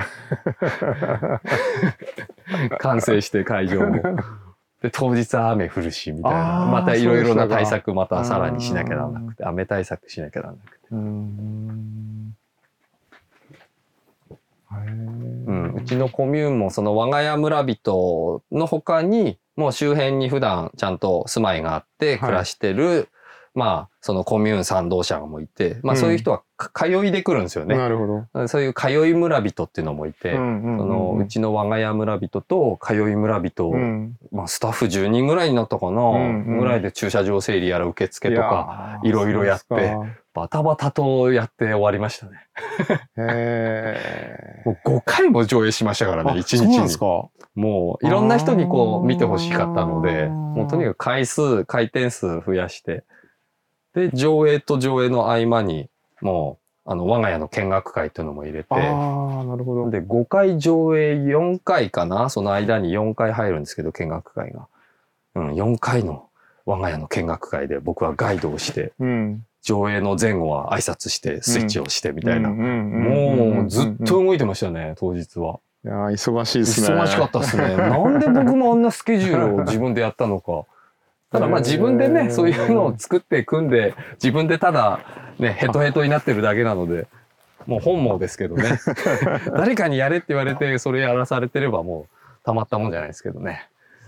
完成して会場も。で、当日は雨降るし、みたいな。またいろいろな対策またさらにしなきゃならなくて、雨対策しなきゃならなくて。うちのコミューンもその我が家村人の他に、もう周辺に普段ちゃんと住まいがあって暮らしてる、まあ、そのコミューン賛同者もいて、まあそういう人は通いで来るんですよね。 なるほど。 そういう通い村人っていうのもいて、うちの我が家村人と通い村人、まあスタッフ10人ぐらいになったかな、ぐらいで駐車場整理やら受付とか、いろいろやって、バタバタとやって終わりましたね。もう5回も上映しましたからね、1日に。そうなんですか。もういろんな人にこう見てほしかったので、もうとにかく回転数増やして、で、上映と上映の合間に、もう、我が家の見学会っていうのも入れて、 なるほど。 で、5回上映4回かな、その間に4回入るんですけど、見学会が。4回の我が家の見学会で僕はガイドをして、上映の前後は挨拶して、スイッチをしてみたいな。もうずっと動いてましたね、当日は。 いやー、忙しいですね。 忙しかったですね。なんで僕もあんなスケジュールを自分でやったのか。ただまあ自分でね、そういうのを作って組んで、自分でただね、ヘトヘトになってるだけなので、もう本望ですけどね。誰かにやれって言われて、それやらされてればもうたまったもんじゃないですけどね。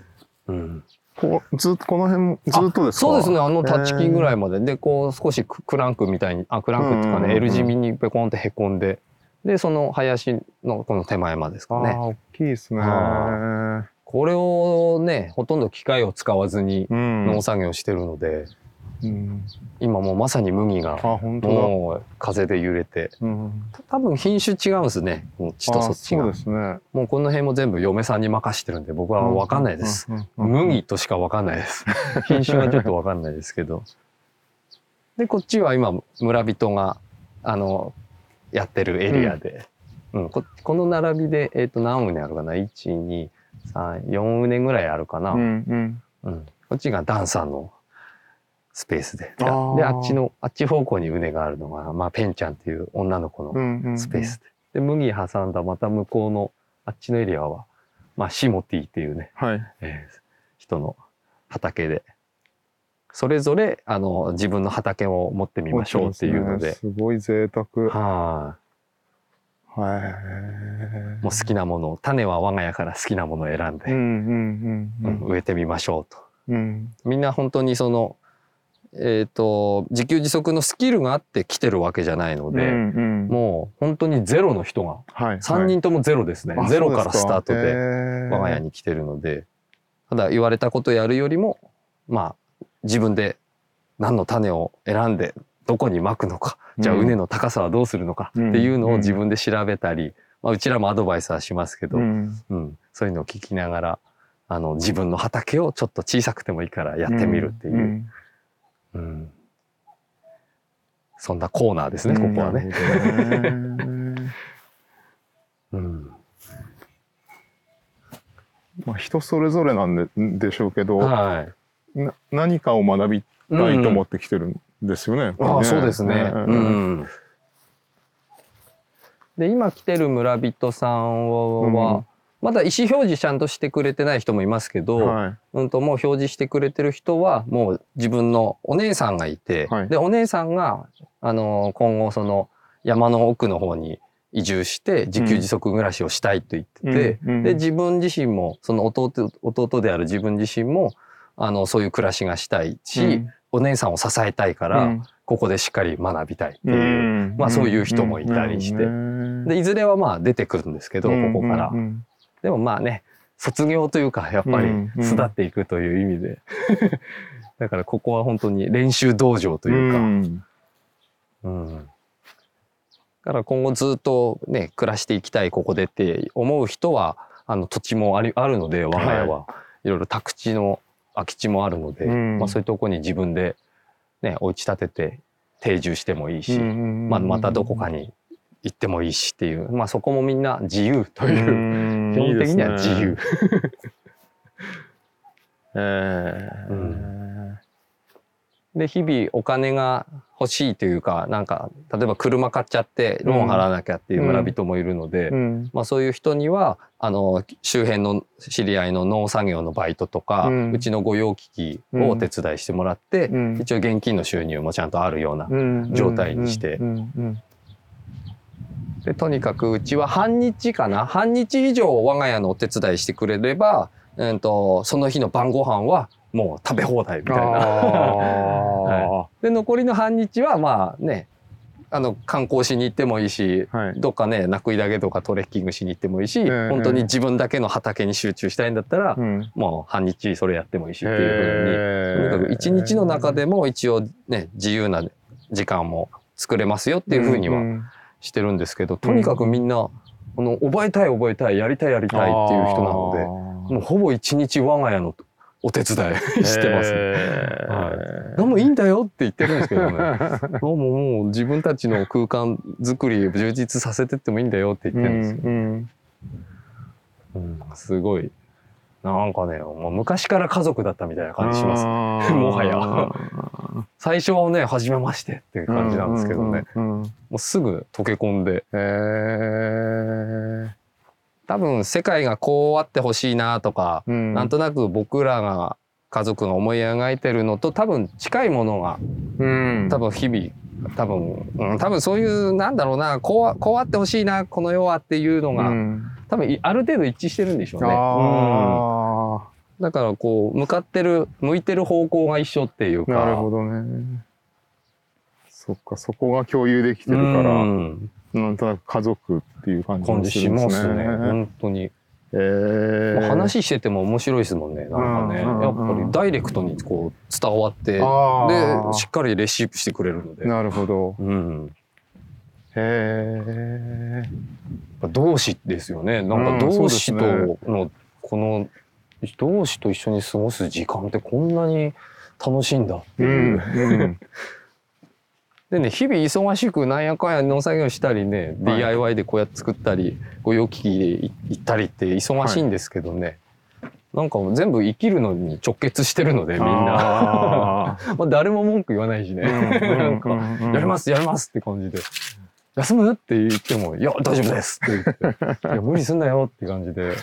ずっとこの辺、ずっとですか？ そうですね、立ち木ぐらいまで。で、こう少しクランクみたいに、クランクっていうかね、L 字身にペコンってへこんで、で、その林のこの手前までですかね。 大きいですね。 これをね、ほとんど機械を使わずに農作業してるので、今もうまさに麦がもう風で揺れて、多分品種違うんですね、こっちとそっちが。 そうですね。 もうこの辺も全部嫁さんに任してるんで僕は分かんないです。麦としか分かんないです。品種はちょっと分かんないですけど。で、こっちは今村人がやってるエリアで、この並びで何畝あるかな、1、2、3、4畝ぐらいあるかな。こっちがダンさんのスペースで。で、あっち方向に畝があるのが、まあ、ペンちゃんっていう女の子のスペースで。で、麦挟んだまた向こうの、あっちのエリアは、まあ、シモティっていうね、人の畑で、それぞれ、自分の畑を持ってみましょうっていうので。 すごい贅沢。 もう好きなものを、種は我が家から好きなものを選んで、植えてみましょうと。みんな本当にその、自給自足のスキルがあって来てるわけじゃないので、もう本当にゼロの人が、3人ともゼロですね。ゼロからスタートで我が家に来てるので、ただ言われたことやるよりも、まあ自分で何の種を選んでどこにまくのか、じゃあ畝の高さはどうするのかっていうのを自分で調べたり、まあ、うちらもアドバイスはしますけど、そういうのを聞きながら自分の畑をちょっと小さくてもいいからやってみるっていう。そんなコーナーですね、ここはね。 まあ人それぞれなんでしょうけど、何かを学びたいと思ってきてるんですよね。 そうですね。で、今来てる村人さんは、まだ意思表示ちゃんとしてくれてない人もいますけど、もう表示してくれてる人はもう自分のお姉さんがいて、でお姉さんが今後その山の奥の方に移住して自給自足暮らしをしたいと言ってて、で自分自身もその弟である自分自身もそういう暮らしがしたいし、お姉さんを支えたいから、ここでしっかり学びたいっていう、まあそういう人もいたりして、でいずれはまあ出てくるんですけど、ここから。でもまあね、卒業というか、やっぱり巣立っていくという意味でだからここは本当に練習道場というか、だから今後ずっとね暮らしていきたいここでって思う人は土地もあるので、我が家はいろいろ宅地の空き地もあるので、まあそういうとこに自分でねお家建てて定住してもいいし、またどこかに行ってもいいしっていう、まあそこもみんな自由という、基本的には自由。で日々お金が欲しいというか、なんか例えば車買っちゃってローン払わなきゃっていう村人もいるので、まあそういう人には周辺の知り合いの農作業のバイトとか、うちの御用聞きをお手伝いしてもらって、一応現金の収入もちゃんとあるような状態にして、でとにかくうちは半日以上我が家のお手伝いしてくれれば、その日の晩ご飯はもう食べ放題みたいな。はい、で残りの半日はまあね観光しに行ってもいいし、どっかね名食い岳とかトレッキングしに行ってもいいし、本当に自分だけの畑に集中したいんだったら、もう半日それやってもいいしっていうふうに、とにかく一日の中でも一応ね自由な時間も作れますよっていうふうにはしてるんですけど、とにかくみんな覚えたいやりたいっていう人なので、もうほぼ一日我が家のお手伝いしてますね。もういいんだよって言ってるんですけどね。もう自分たちの空間作りを充実させてってもいいんだよって言ってるんですけど、すごいなんかね、もう昔から家族だったみたいな感じします。もはや。最初はね、初めましてっていう感じなんですけどね。もうすぐ溶け込んで。多分世界がこうあってほしいなとか、なんとなく僕らが家族が思い描いてるのと多分近いものが、多分日々多分そういうなんだろうな、こうあってほしいなこの世はっていうのが、多分ある程度一致してるんでしょうね。だからこう向いてる方向が一緒っていうか。 なるほどね。そっか、そこが共有できてるから、なんとなく家族っていう感じがするんですね。 本当に。話してても面白いですもんね。なんかね、やっぱりダイレクトにこう伝わって、でしっかりレシープしてくれるので。 なるほど。 同志ですよね。なんか同志とのこの同志と一緒に過ごす時間ってこんなに楽しいんだっていう。でね、日々忙しくなんやかんや農作業したりね、DIY でこうやって作ったり、御用聞きで行ったりって忙しいんですけどね、なんか全部生きるのに直結してるのでみんなまあ誰も文句言わないしね、なんかやりますって感じで、休むって言っても、いや大丈夫ですって言って、いや無理すんなよって感じで。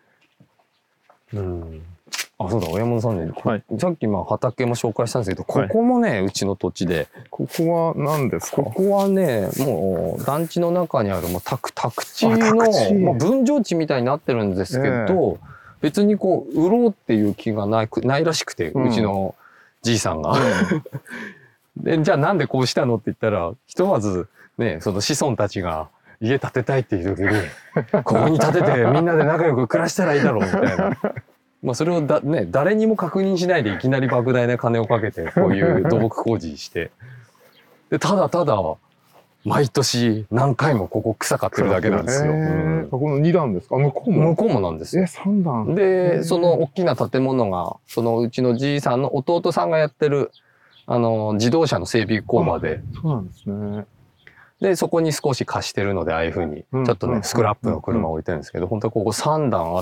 あ、そうだ、親元さんね、さっき畑も紹介したんですけど、ここもね、うちの土地で。 ここは何ですか？ ここはね、もう団地の中にある宅地の分譲地みたいになってるんですけど、別にこう売ろうっていう気がないらしくて、うちのじいさんが。で、じゃあなんでこうしたのって言ったら、ひとまずね、その子孫たちが家建てたいっていう時に、ここに建ててみんなで仲良く暮らしたらいいだろうみたいな。まあそれを誰にも確認しないでいきなり莫大な金をかけてこういう土木工事して、でただ毎年何回もここ草刈ってるだけなんですよ。 この2段ですか？向こうもなんですよ。 3段。 でその大きな建物がそのうちのじいさんの弟さんがやってる自動車の整備工場で。 そうなんですね。 でそこに少し貸してるので、ああいうふうにちょっとねスクラップの車を置いてるんですけど、本当はここ3段あって、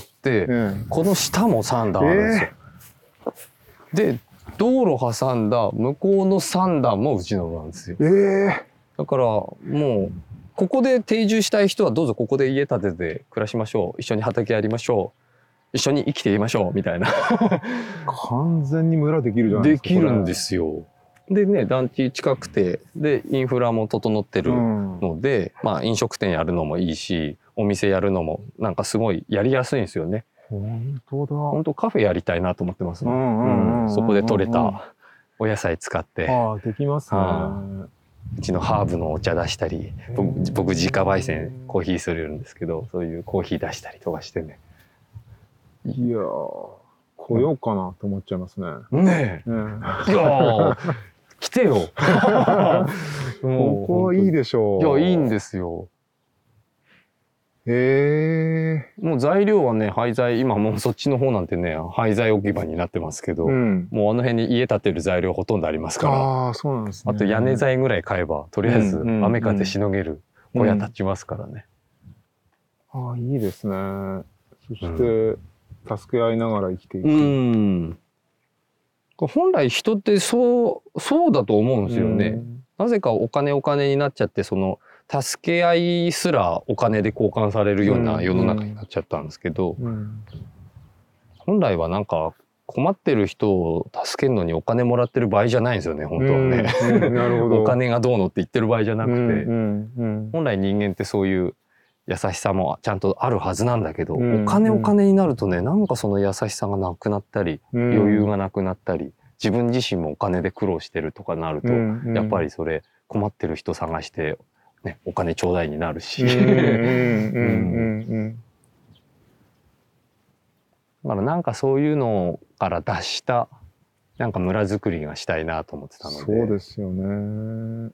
この下も3段あるんですよ。で道路挟んだ向こうの3段もうちのなんですよ。だからもうここで定住したい人はどうぞここで家建てて暮らしましょう、一緒に畑やりましょう、一緒に生きていましょうみたいな。 完全に村できるじゃないですか。 できるんですよ。でね、団地近くて、でインフラも整ってるので、まあ飲食店やるのもいいし、お店やるのもなんかすごいやりやすいんですよね。 本当だ。 本当カフェやりたいなと思ってますね。そこで採れたお野菜使って、 できますね。 うちのハーブのお茶出したり、僕自家焙煎コーヒーするんですけど、そういうコーヒー出したりとかしてね。 いや来ようかなと思っちゃいますね。 ねえ。いや来てよ。 ここいいでしょう。いや、いいんですよ。 へえ。 もう材料はね、廃材、今もうそっちの方なんてね、廃材置き場になってますけど、もうあの辺に家建てる材料ほとんどありますから。 ああ、そうなんですね。 あと屋根材ぐらい買えば、とりあえず雨風しのげる小屋建ちますからね。 ああ、いいですね。そして、助け合いながら生きていく。 本来人ってそうだと思うんですよね。なぜかお金になっちゃって、その助け合いすらお金で交換されるような世の中になっちゃったんですけど、本来はなんか困ってる人を助けるのにお金もらってる場合じゃないんですよね、本当はね。なるほど。お金がどうのって言ってる場合じゃなくて、本来人間ってそういう優しさもちゃんとあるはずなんだけど、お金になるとね、なんかその優しさがなくなったり、余裕がなくなったり、自分自身もお金で苦労してるとかなると、やっぱりそれ困ってる人探して、ね、お金ちょうだいになるし。だからなんかそういうのから脱したなんか村づくりがしたいなと思ってたので。 そうですよね。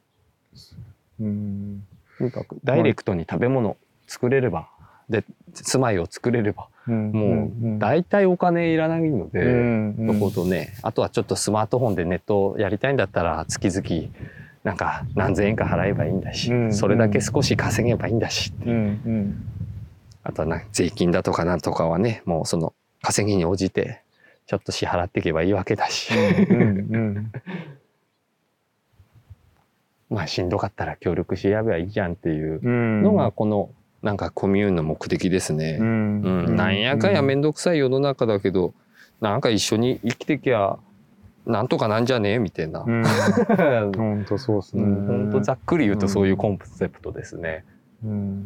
とにかくダイレクトに食べ物作れれば、で住まいを作れれば、もう大体お金いらないので、そことね、あとはちょっとスマートフォンでネットやりたいんだったら月々なんか何千円か払えばいいんだし、それだけ少し稼げばいいんだしって、あとは税金だとかなんとかはね、もうその稼ぎに応じてちょっと支払っていけばいいわけだし、まあしんどかったら協力し合えばいいじゃんっていうのがこのなんかコミューンの目的ですね。なんやかんやめんどくさい世の中だけど、なんか一緒に生きてきゃなんとかなんじゃねえみたいな。 本当そうですね。 本当ざっくり言うとそういうコンセプトですね。い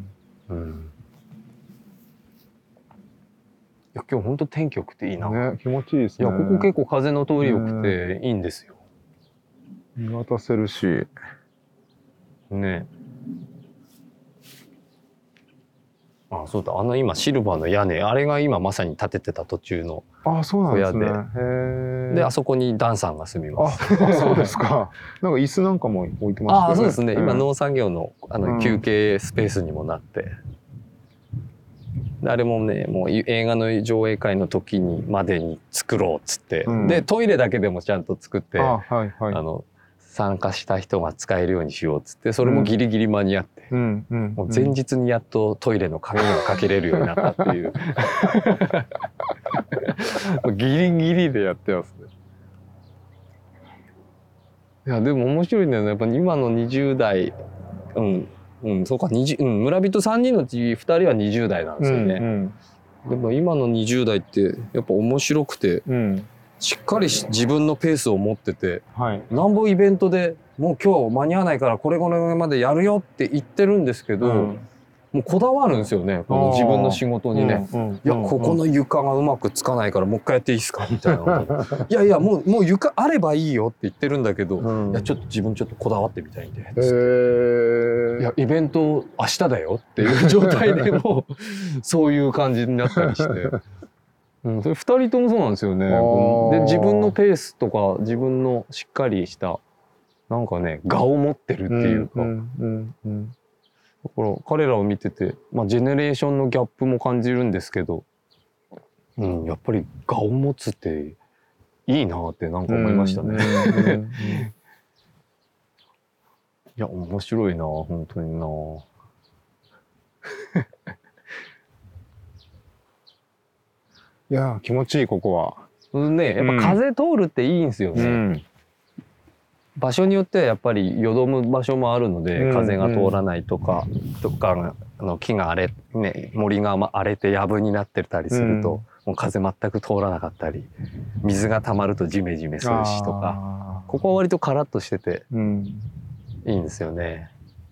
や今日本当天気良くていいな。 ね、気持ちいいですね。 いやここ結構風の通り良くていいんですよ。 見渡せるし。 ね。あ、そうだ、今シルバーの屋根、あれが今まさに建ててた途中の小屋で、であそこにダンさんが住みます。 あ、そうですか。なんか椅子なんかも置いてますね。 あ、そうですね。今農作業の休憩スペースにもなって、あれもね、もう映画の上映会の時にまでに作ろうっつって、でトイレだけでもちゃんと作って、参加した人が使えるようにしようっつって、それもギリギリ間に合って、もう前日にやっとトイレの鍵がかけれるようになったっていうギリギリでやってますね。いやでも面白いんだよね、やっぱ今の20代、そうか、村人3人のうち2人は20代なんですよね。でも今の20代ってやっぱ面白くて、しっかり自分のペースを持ってて、なんぼイベントでもう今日間に合わないからこれまでやるよって言ってるんですけど、もうこだわるんですよね、この自分の仕事にね。いやここの床がうまくつかないからもう一回やっていいですかみたいな。いやいやもう床あればいいよって言ってるんだけど、いやちょっと自分ちょっとこだわってみたいんで。いやイベント明日だよっていう状態でもそういう感じになったりして。それ2人ともそうなんですよね。で自分のペースとか自分のしっかりしたなんかね我を持ってるっていうか、だから彼らを見てて、ジェネレーションのギャップも感じるんですけど、やっぱり我を持つっていいなってなんか思いましたね。いや面白いな本当にな。 いや気持ちいいここは。 ね、やっぱ風通るっていいんですよね。場所によってはやっぱりよどむ場所もあるので、風が通らないとか木が荒れ、森が荒れて藪になってたりすると、もう風全く通らなかったり、水が溜まるとジメジメするしとか、ここは割とカラッとしてていいんですよね。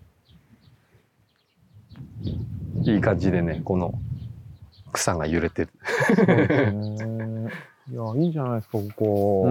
いい感じでね、この草が揺れてる。 いやいいじゃないですかここ。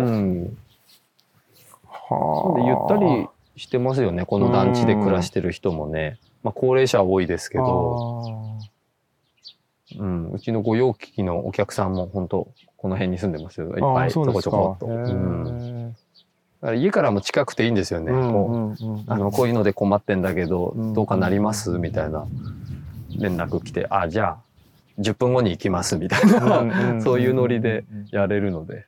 でゆったりしてますよね、この団地で暮らしてる人もね。高齢者多いですけど、 うん、うちの御用聞きのお客さんも本当この辺に住んでますよ。いっぱいちょこちょこっと。だから家からも近くていいんですよね。こういうので困ってんだけど、どうかなりますみたいな連絡来て、あ、じゃあ10分後に行きますみたいな、そういうノリでやれるので。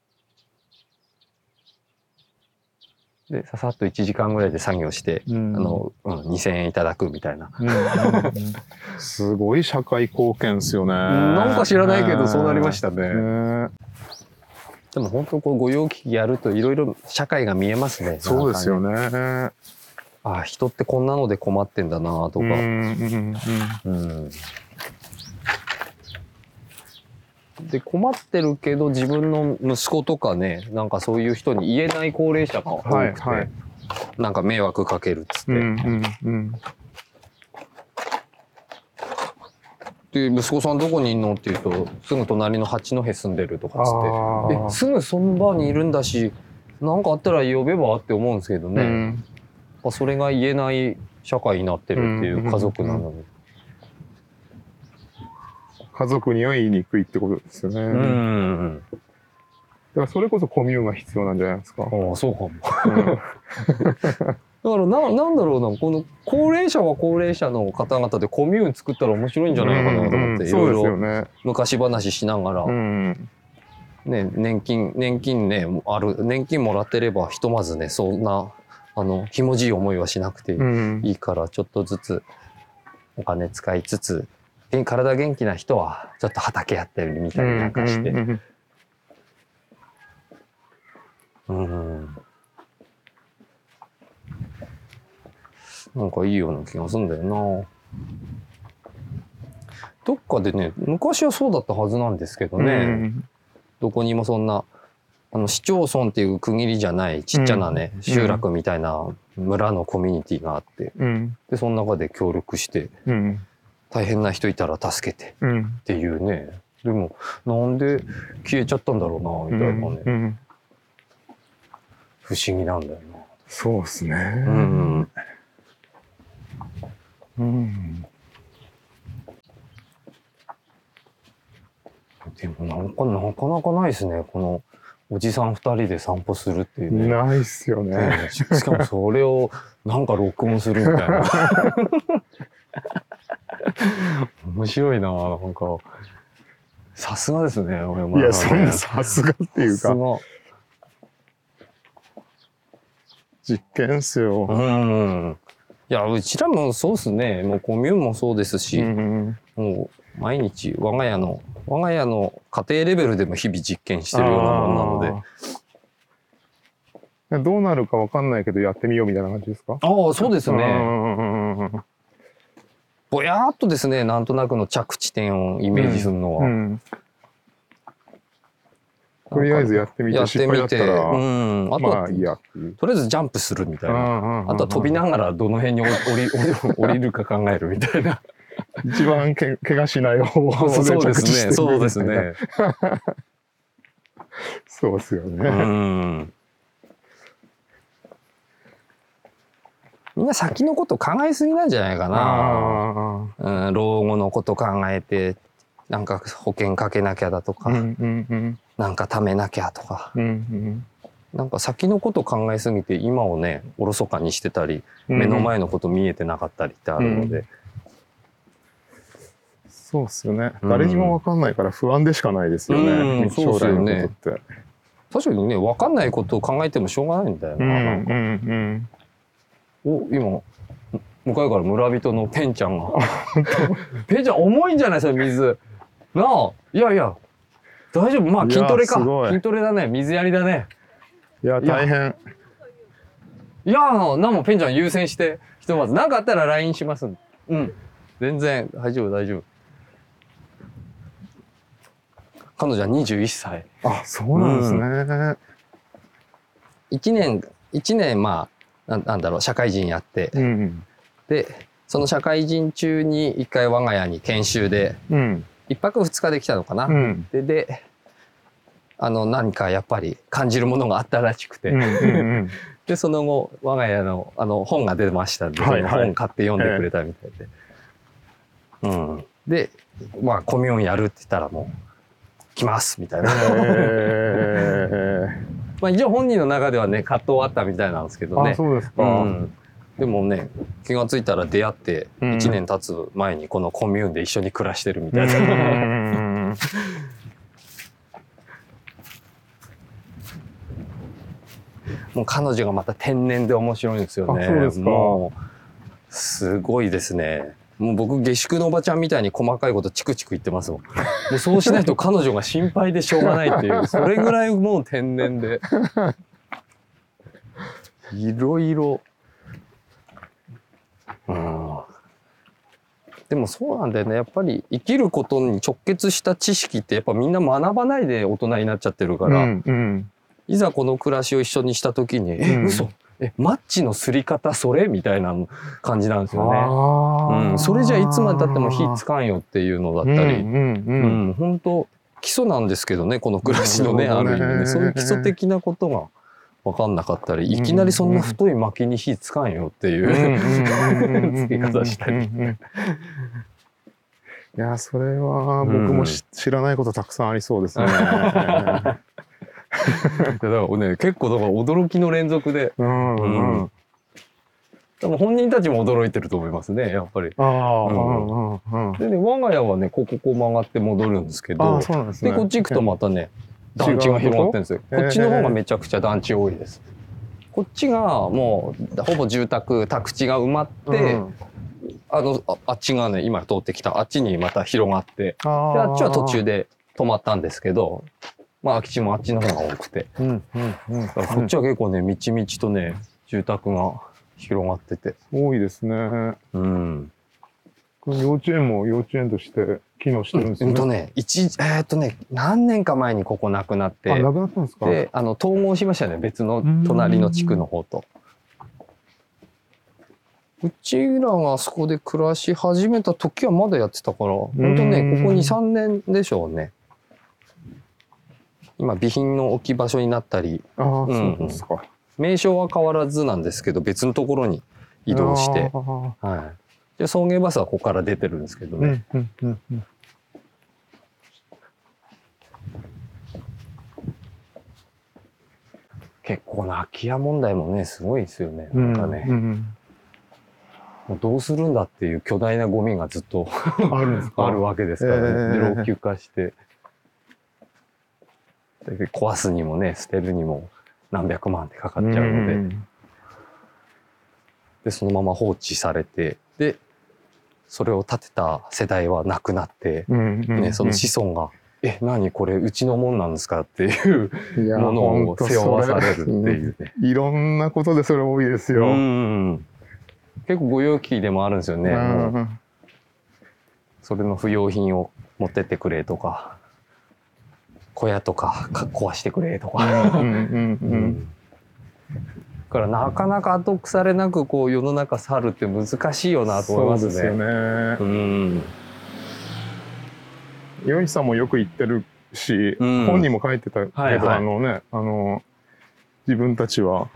で、ささっと1時間ぐらいで作業して、2000円いただくみたいな。 すごい社会貢献ですよね。 なんか知らないけど、そうなりましたね。でも本当こう御用聞きやるといろいろ社会が見えますね。 そうですよね。 あ、人ってこんなので困ってんだなとか。で困ってるけど自分の息子とかね、なんかそういう人に言えない高齢者が多くて、なんか迷惑かけるっつって。で息子さんどこにいんのって言うと、すぐ隣の八戸住んでるとかっつって、すぐその場にいるんだし、なんかあったら呼べばって思うんですけどね、それが言えない社会になってるっていう家族なのに。 家族には言いにくいってことですよね。だからそれこそコミューンが必要なんじゃないですか。 ああ、そうかも。だからなんだろうな、この高齢者は高齢者の方々でコミューン作ったら面白いんじゃないかなと思って、いろいろ昔話しながら、ね、年金ね、年金もらってればひとまずね、そんなひもじい思いはしなくていいから、ちょっとずつお金使いつつ、体元気な人はちょっと畑やってるみたいになんかして。なんかいいような気がするんだよな。どっかでね、昔はそうだったはずなんですけどね、どこにもそんな市町村っていう区切りじゃないちっちゃなね、集落みたいな村のコミュニティがあって、でその中で協力して、大変な人いたら助けてっていうね。でもなんで消えちゃったんだろうなみたいなね、不思議なんだよな。 そうですね。 でもなかなかないですね、このおじさん2人で散歩するっていうね。 ないっすよね。 しかもそれをなんか録音するみたいな。面白いな、なんかさすがですね。いや、そんなさすがっていうか実験っすよ。 いや、うちらもそうですね。もうコミューンもそうですし、もう毎日我が家の家庭レベルでも日々実験してるようなもんなので。どうなるかわかんないけどやってみようみたいな感じですか？ ああ、そうですね。ぼやーっとですね、なんとなくの着地点をイメージするのは。 とりあえずやってみて失敗だったら、あとは、いいやっていう。 とりあえずジャンプするみたいな。あとは飛びながらどの辺に降りるか考えるみたいな。 一番怪我しない方法で着地してる。 そうですね。 そうですよね。 みんな先のこと考えすぎなんじゃないかな。老後のこと考えて、なんか保険かけなきゃだとか、なんか貯めなきゃとか、なんか先のこと考えすぎて今をね、おろそかにしてたり、目の前のこと見えてなかったりってあるので。 そうっすよね。誰にも分かんないから不安でしかないですよね。将来のことって。 確かにね、分かんないことを考えてもしょうがないんだよな。今向かいから村人のペンちゃんがペンちゃん重いんじゃないですか、水なあ。いやいや大丈夫。まあ筋トレか、筋トレだね、水やりだね。 いや大変。 いやなんもペンちゃん優先してひとまず何かあったら LINE します。全然大丈夫。彼女は21歳。 あ、そうなんですね。 1年まあなんだろう、社会人やって、でその社会人中に一回我が家に研修で1泊2日で来たのかな。で何かやっぱり感じるものがあったらしくて、でその後我が家の本が出ましたんで、本買って読んでくれたみたいで、 でまあコミューンやるって言ったらもう来ますみたいな。まあ一応本人の中ではね葛藤あったみたいなんですけどね。 あ、そうですか。 でもね気がついたら出会って1年経つ前にこのコミューンで一緒に暮らしてるみたいな。もう彼女がまた天然で面白いんですよね。 そうですか。 もうすごいですね。もう僕下宿のおばちゃんみたいに細かいことチクチク言ってますもん。もうそうしないと彼女が心配でしょうがないっていう、それぐらいもう天然で。いろいろ。でもそうなんだよね。やっぱり生きることに直結した知識ってやっぱみんな学ばないで大人になっちゃってるから、いざこの暮らしを一緒にした時に、嘘マッチのすり方それみたいな感じなんですよね。それじゃいつまでたっても火つかんよっていうのだったり、本当基礎なんですけどね、この暮らしのね、ある意味ね、そういう基礎的なことが分かんなかったり、いきなりそんな太い薪に火つかんよっていう付け方したり。 いや、それは僕も知らないことたくさんありそうですね。 だからね、結構だから驚きの連続で、多分本人たちも驚いてると思いますね、やっぱり。でね、我が家はね、こう曲がって戻るんですけど、でこっち行くとまたね、団地が広がってるんですよ。こっちの方がめちゃくちゃ団地多いです。こっちがもうほぼ住宅、宅地が埋まって、あっちがね、今通ってきたあっちにまた広がって、であっちは途中で止まったんですけど、まあ空き地もあっちの方が多くて、こっちは結構ね、みちみちとね、住宅が広がってて。 多いですね。幼稚園も幼稚園として機能してるんですね。 何年か前にここなくなって、 なくなったんですか。 で、統合しましたね、別の隣の地区の方と。うちらがあそこで暮らし始めた時はまだやってたから、本当ね、ここ2、3年でしょうね。今備品の置き場所になったり、 そうですか。 名称は変わらずなんですけど、別のところに移動して、で送迎バスはここから出てるんですけどね。結構な空き家問題もね、すごいですよね。なんかね、もうどうするんだっていう巨大なゴミがずっとあるわけですからね。で老朽化して。壊すにもね、捨てるにも何百万ってかかっちゃうので、でそのまま放置されて、でそれを建てた世代は亡くなって、その子孫が「何これうちのもんなんですか?」っていうものを背負わされるっていうね。 いろんなことでそれ多いですよ。 結構御用聞きでもあるんですよね。それの不要品を持ってってくれとか。小屋とか壊してくれとか。だからなかなか後腐れなくこう世の中去るって難しいよなと思いますね。そうですよね。 ヨイさんもよく言ってるし、本にも書いてたけど、自分たちは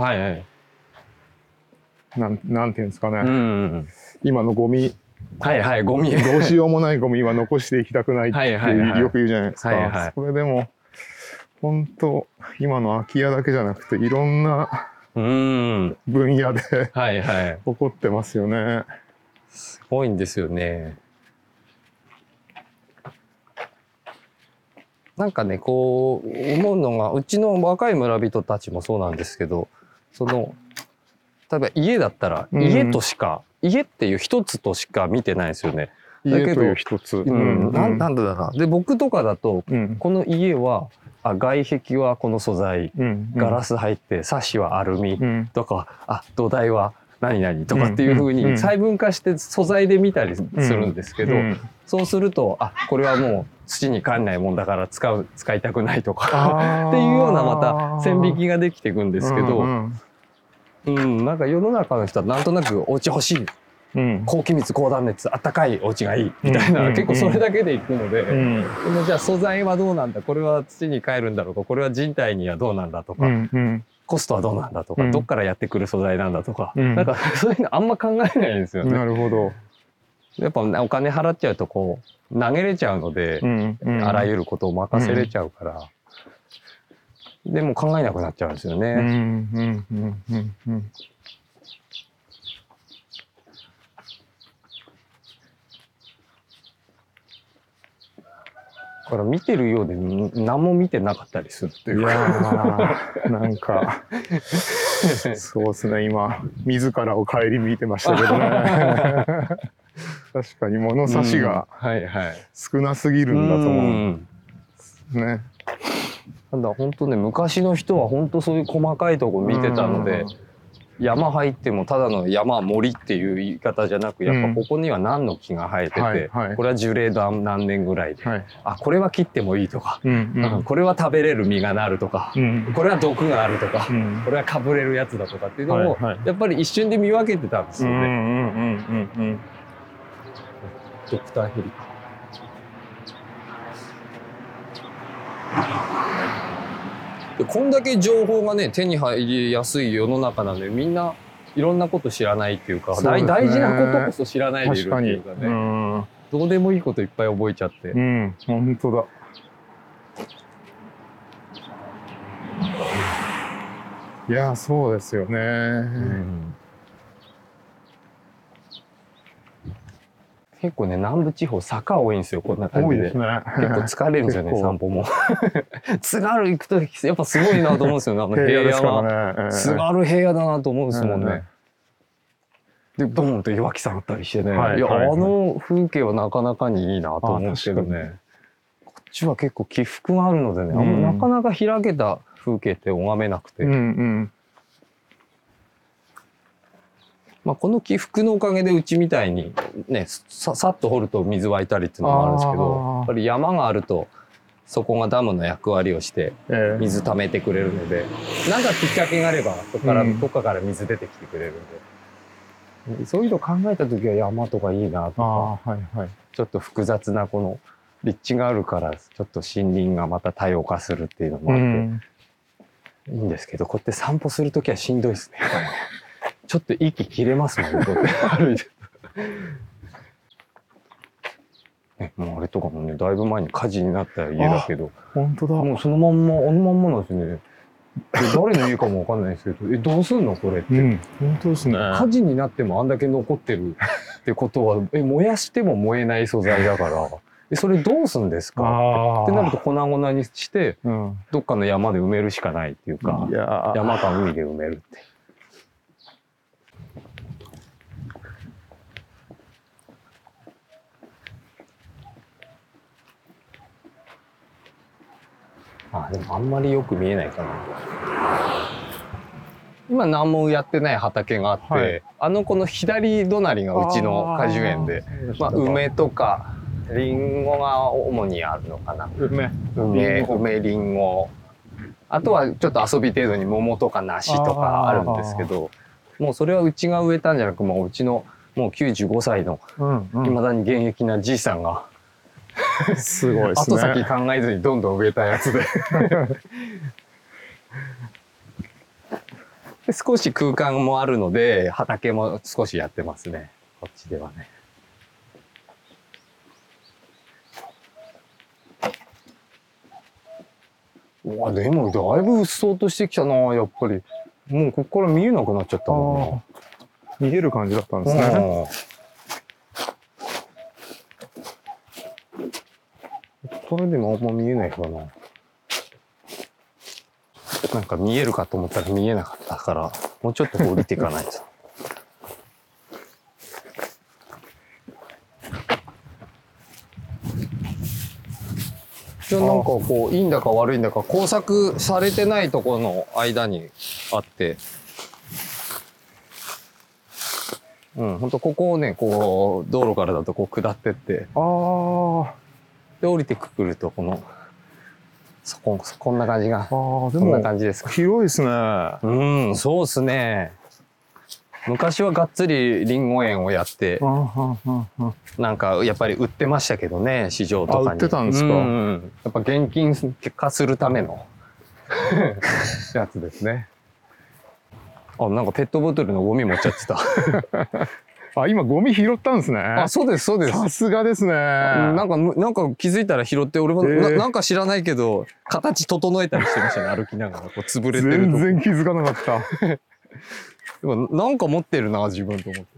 なんていうんですかね、今のゴミ、 ゴミどうしようもないゴミは残していきたくないってよく言うじゃないですか。それでも本当今の空き家だけじゃなくていろんな分野で起こってますよね。 すごいんですよね。なんかね、こう思うのが、うちの若い村人たちもそうなんですけど、例えば家だったら家としか、家っていう一つとしか見てないですよね。 家という一つ。 なんだろうな。で僕とかだと、この家は外壁はこの素材、ガラス入ってサッシはアルミとか、土台は何々とかっていうふうに細分化して素材で見たりするんですけど、そうするとこれはもう土に還ないもんだから使いたくないとかっていうようなまた線引きができていくんですけど、なんか世の中の人はなんとなくお家欲しい、高気密高断熱あったかいお家がいいみたいな、結構それだけでいくので、じゃあ素材はどうなんだ、これは土に帰るんだろうか、これは人体にはどうなんだとか、コストはどうなんだとか、どっからやってくる素材なんだとか、なんかそういうのあんま考えないんですよね。 なるほど。 やっぱお金払っちゃうとこう投げれちゃうので、あらゆることを任せれちゃうから、でも考えなくなっちゃうんですよね。だから見てるようで何も見てなかったりするっていうか。 いやなんかそうですね、今自らを顧みてましたけどね。確かに物差しが少なすぎるんだと思う。ね。 ただ本当ね、昔の人は本当そういう細かいとこ見てたので、山入ってもただの山森っていう言い方じゃなく、やっぱここには何の木が生えてて、これは樹齢何年ぐらいで、あ、これは切ってもいいとか、これは食べれる実がなるとか、これは毒があるとか、これはかぶれるやつだとかっていうのをやっぱり一瞬で見分けてたんですよね。ドクターヘリか。こんだけ情報がね手に入りやすい世の中なので、みんないろんなこと知らないっていうか、大事なことこそ知らないでいるっていうかね、どうでもいいこといっぱい覚えちゃって。 本当だ。いやそうですよね。 結構ね、南部地方坂多いんですよ、こんな感じで。結構疲れるんですよね、散歩も。津軽行くとやっぱすごいなと思うんですよね、平野は。津軽平野だなと思うんですもんね。で、ドーンと岩木山あったりしてね。いや、あの風景はなかなかにいいなと思うんですけどね。こっちは結構起伏があるのでね、なかなか開けた風景って拝めなくて。まあこの起伏のおかげでうちみたいにね、さっと掘ると水湧いたりっていうのもあるんですけど、やっぱり山があるとそこがダムの役割をして水溜めてくれるので、なんかきっかけがあればそこからどっかから水出てきてくれるんで、そういうのを考えた時は山とかいいなとか、ちょっと複雑なこの立地があるからちょっと森林がまた多様化するっていうのもあっていいんですけど、こうやって散歩する時はしんどいですね。ちょっと息切れますもんね、こうやって歩いてる。もうあれとかもね、だいぶ前に火事になった家だけど、 本当だ。 もうそのまんま、あのまんまなんですね。誰の家かもわかんないですけど、どうすんのこれって。 本当ですね。 火事になってもあんだけ残ってるってことは、燃やしても燃えない素材だから、それどうすんですかってなると粉々にして、どっかの山で埋めるしかないっていうか、山か海で埋めるって。でもあんまりよく見えないかな。今何もやってない畑があって、この左隣がうちの果樹園で、梅とかリンゴが主にあるのかな。梅、リンゴ。あとはちょっと遊び程度に桃とか梨とかあるんですけど、もうそれはうちが植えたんじゃなく、もううちのもう95歳の未だに現役なじいさんが、 すごいですね。 後先考えずにどんどん植えたやつでで、少し空間もあるので畑も少しやってますね、こっちではね。でもだいぶうっそうとしてきたな、やっぱり。もうここから見えなくなっちゃったもんな。逃げる感じだったんですね。 これでもあんま見えないかな。なんか見えるかと思ったら見えなかったから、もうちょっと降りていかないと。なんかこういいんだか悪いんだか工作されてないところの間にあって、本当ここをね、こう道路からだとこう下ってって、で降りてくるとこのこんな感じが、こんな感じですか。 広いですね。 そうですね。昔はがっつりリンゴ園をやって、なんかやっぱり売ってましたけどね、市場とかに。 売ってたんですか。 やっぱ現金化するためのやつですね。なんかペットボトルのゴミ持っちゃってた。 あ、今ゴミ拾ったんですね。 あ、そうですそうです。 さすがですね。 なんか気づいたら拾って俺もなんか知らないけど形整えたりしてましたね。歩きながらこう潰れてるとこ。 全然気づかなかった。 でもなんか持ってるな自分と思って。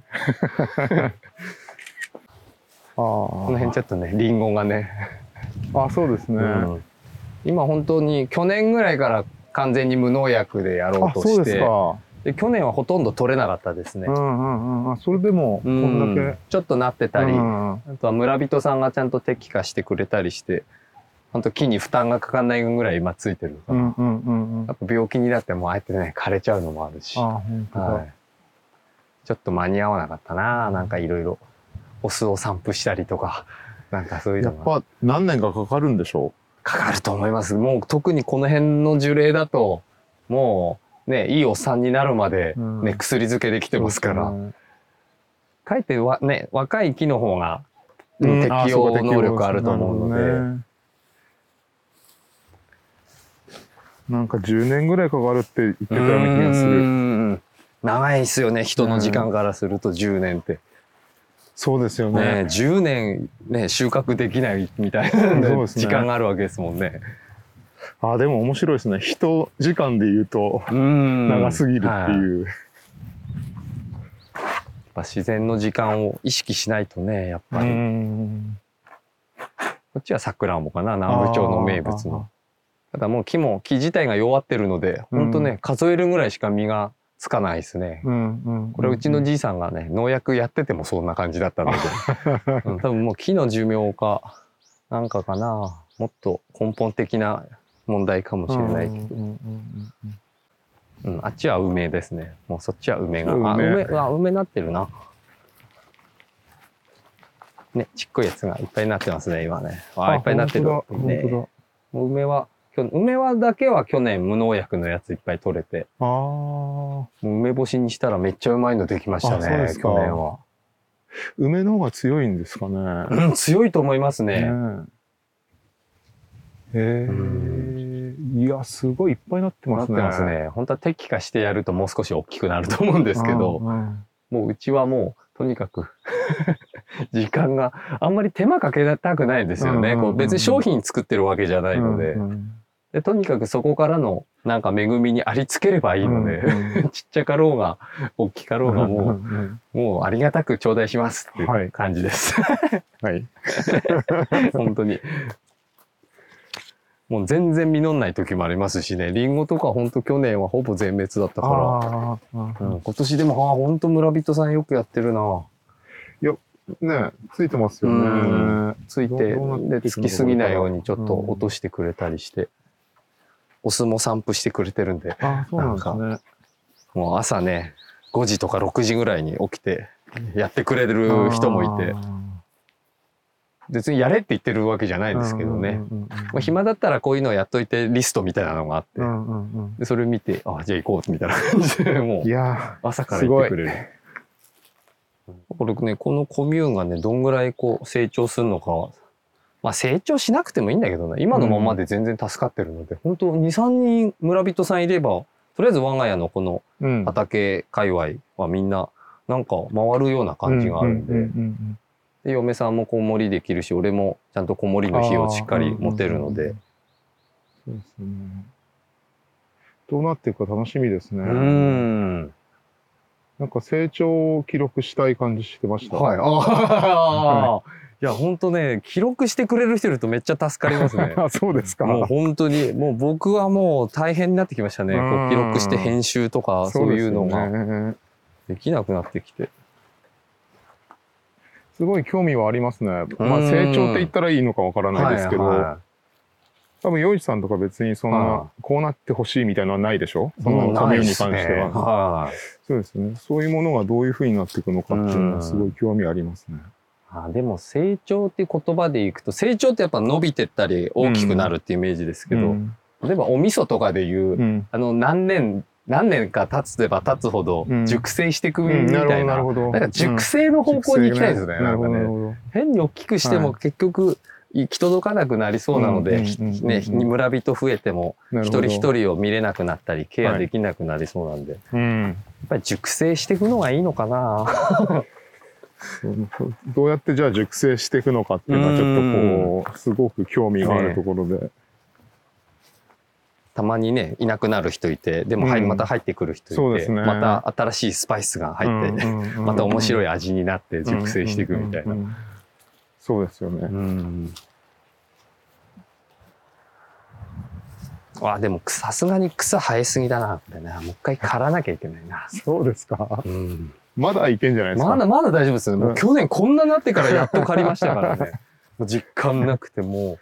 この辺ちょっとねリンゴがね。 あ、そうですね。 今本当に去年ぐらいから完全に無農薬でやろうとして。で去年はほとんど取れなかったですね。 それでもこんだけちょっとなってたり、あとは村人さんがちゃんと適化してくれたりして、本当木に負担がかかんないぐらい今ついてるから。やっぱ病気になってもあえてね枯れちゃうのもあるし、ちょっと間に合わなかったな。なんかいろいろお酢を散布したりとか、なんかそういうのやっぱ何年かかかるんでしょう。 かかると思います。もう特にこの辺の樹齢だともう。ね、いいおっさんになるまで、ね、薬漬けできてますから。かえってね、若い木の方が、適応能力あると思うので。 なんか10年ぐらいかかるって言ってたような気がする。 長いですよね、人の時間からすると10年って。 そうですよね。 10年ね、収穫できないみたいな時間があるわけですもんね。 あ、でも面白いですね。人時間で言うと長すぎるっていう。 やっぱ自然の時間を意識しないとね、やっぱり。こっちはさくらんぼかな、南部町の名物の。ただもう木自体が弱ってるので、本当ね、数えるぐらいしか実がつかないですね。これうちのじいさんがね、農薬やっててもそんな感じだったので、多分もう木の寿命かなんかかな、もっと根本的な問題かもしれないけど、あっちは梅ですね。もうそっちは梅が、梅なってるな。ね、ちっこいやつがいっぱいになってますね、今ね。いっぱいになってる。梅はだけは去年無農薬のやついっぱい取れて。もう梅干しにしたらめっちゃうまいのできましたね、去年は。 梅の方が強いんですかね。 強いと思いますね。 いや、すごいいっぱいなってますね。 なってますね。本当は適化してやるともう少し大きくなると思うんですけど、もううちはもうとにかく時間があんまり手間かけたくないんですよね。別に商品作ってるわけじゃないので。とにかくそこからのなんか恵みにありつければいいので、ちっちゃかろうが大きかろうがもうありがたく頂戴しますっていう感じです。はい。本当に。もう全然実んない時もありますしね、リンゴとか本当去年はほぼ全滅だったから、今年でも本当村人さんよくやってるな。 いや、ね、ついてますよね。 ついて、で、つきすぎないようにちょっと落としてくれたりして、お酢も散布してくれてるんで、 なんか、 もう朝ね、5時とか6時ぐらいに起きてやってくれる人もいて、別にやれって言ってるわけじゃないですけどね。暇だったらこういうのをやっといてリストみたいなのがあって、でそれ見て、じゃあ行こうみたいな感じで、もう朝から行ってくれる。これね、このコミューンがね、どんぐらいこう成長するのかは、まあ成長しなくてもいいんだけどね、今のままで全然助かってるので、本当2、3人村人さんいれば、とりあえず我が家のこの畑界隈はみんななんか回るような感じがあるんで、で嫁さんも子守りできるし、俺もちゃんと子守りの日をしっかり持てるので。 そうですね。どうなっていくか楽しみですね。なんか成長を記録したい感じしてました。 いや、本当ね、記録してくれる人いるとめっちゃ助かりますね。 そうですか。 もう本当に、もう僕はもう大変になってきましたね。こう記録して編集とか、そういうのができなくなってきて。 すごい興味はありますね。まあ成長って言ったらいいのかわからないですけど、多分洋一さんとか別にそんなこうなってほしいみたいなのはないでしょ。そのコミュに関しては。そうですね。そういうものがどういうふうになっていくのかっていうのはすごい興味ありますね。 でも成長っていう言葉でいくと、成長ってやっぱ伸びてったり大きくなるっていうイメージですけど、例えばお味噌とかでいう、何年か経つれば経つほど熟成していくみたいな、なんか熟成の方向に行きたいですね。なんかね、変に大きくしても結局行き届かなくなりそうなので、村人増えても一人一人を見れなくなったりケアできなくなりそうなんで、やっぱり熟成していくのがいいのかな。 どうやってじゃあ熟成していくのかっていうのはちょっとこうすごく興味があるところで、 たまにねいなくなる人いて、でもまた入ってくる人いて、また新しいスパイスが入ってまた面白い味になって熟成していくみたいな。 そうですよね。 わあ、でもさすがに草生えすぎだなこれな。もう一回刈らなきゃいけないな。 そうですか。まだいけんじゃないですか。 まだ大丈夫ですよ。もう去年こんななってからやっと刈りましたからね。もう実感なくても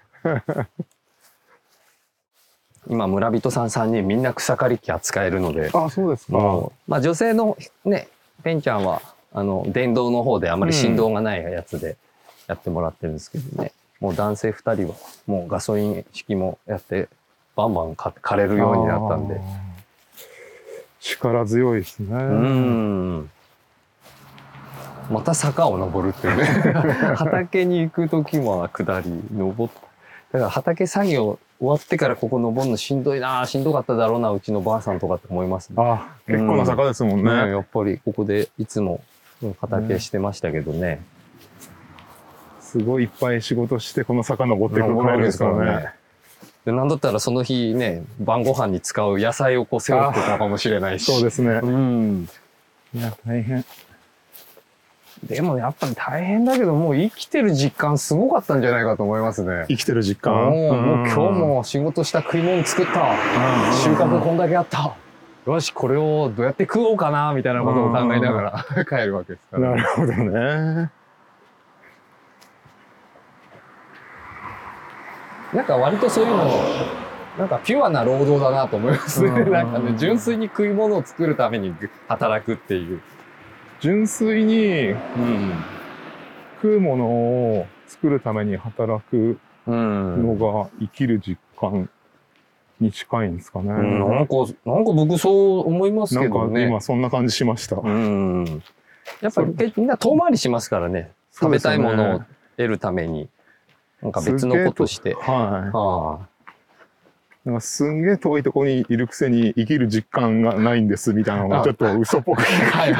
今村人さん3人みんな草刈り機扱えるので。 あ、そうですか。 まあ女性のねペンちゃんは電動の方であまり振動がないやつでやってもらってるんですけどね。もう男性2人はもうガソリン式もやってバンバン刈れるようになったんで。 力強いですね。 また坂を登るっていうね。畑に行く時も下り登って、だから畑作業終わってからここ登るのしんどいな、しんどかっただろうな、うちのばあさんとかって思いますね。 あ、結構な坂ですもんね。 やっぱりここでいつも畑してましたけどね。 すごいいっぱい仕事してこの坂登っていくわけですからね。 で、なんだったらその日ね、晩ご飯に使う野菜をこう背負ってたかもしれないし。 そうですね。いや、大変。 でもやっぱり大変だけど、もう生きてる実感すごかったんじゃないかと思いますね。 生きてる実感。 もう今日も仕事した食い物作った。収穫こんだけあった。よし、これをどうやって食おうかな、みたいなことを考えながら帰るわけですから。 なるほどね。 なんか割とそういうの、なんかピュアな労働だなと思いますね。なんかね、純粋に食い物を作るために働くっていう。 純粋に食うものを作るために働くのが生きる実感に近いんですかね。 なんか僕そう思いますけどね。 今そんな感じしました。 やっぱりみんな遠回りしますからね。食べたいものを得るために。なんか別のことして。 なんかすんげえ遠いところにいるくせに生きる実感がないんですみたいなのがちょっと嘘っぽく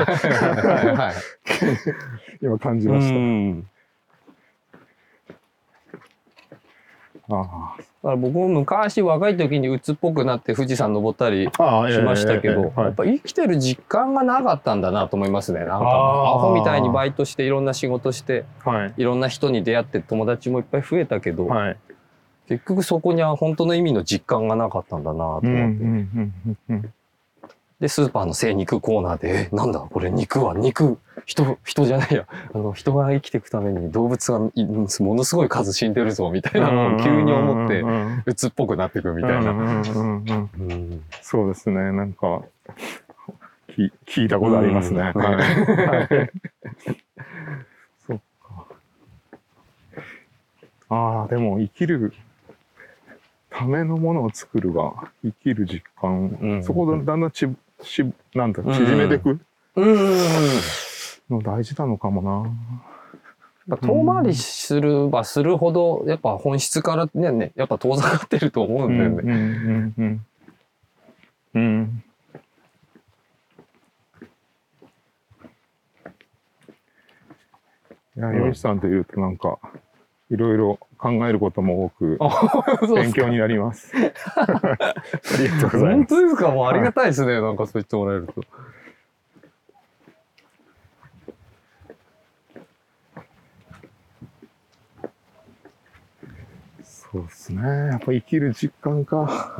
今感じました。 だから僕も昔若い時に鬱っぽくなって富士山登ったりしましたけど、やっぱ生きてる実感がなかったんだなと思いますね。なんかアホみたいにバイトしていろんな仕事して、いろんな人に出会って友達もいっぱい増えたけど、結局そこには本当の意味の実感がなかったんだなと思って。で、スーパーの精肉コーナーで、なんだこれ肉は肉、人じゃないや、人が生きていくために動物がものすごい数死んでるぞみたいなのを急に思って鬱っぽくなっていくみたいな。 そうですね、なんか聞いたことありますね。そっか。でも生きるためのものを作るが生きる実感、そこをだんだん縮めていくの大事なのかもな。 遠回りするほどやっぱ本質からねやっぱ遠ざかってると思うんだよね。 いや、ヨシさんといるとなんかいろいろ考えることも多く勉強になります。ありがとうございます。 本当ですか？もうありがたいですね。なんかそう言ってもらえると。 そうですね。やっぱ生きる実感か。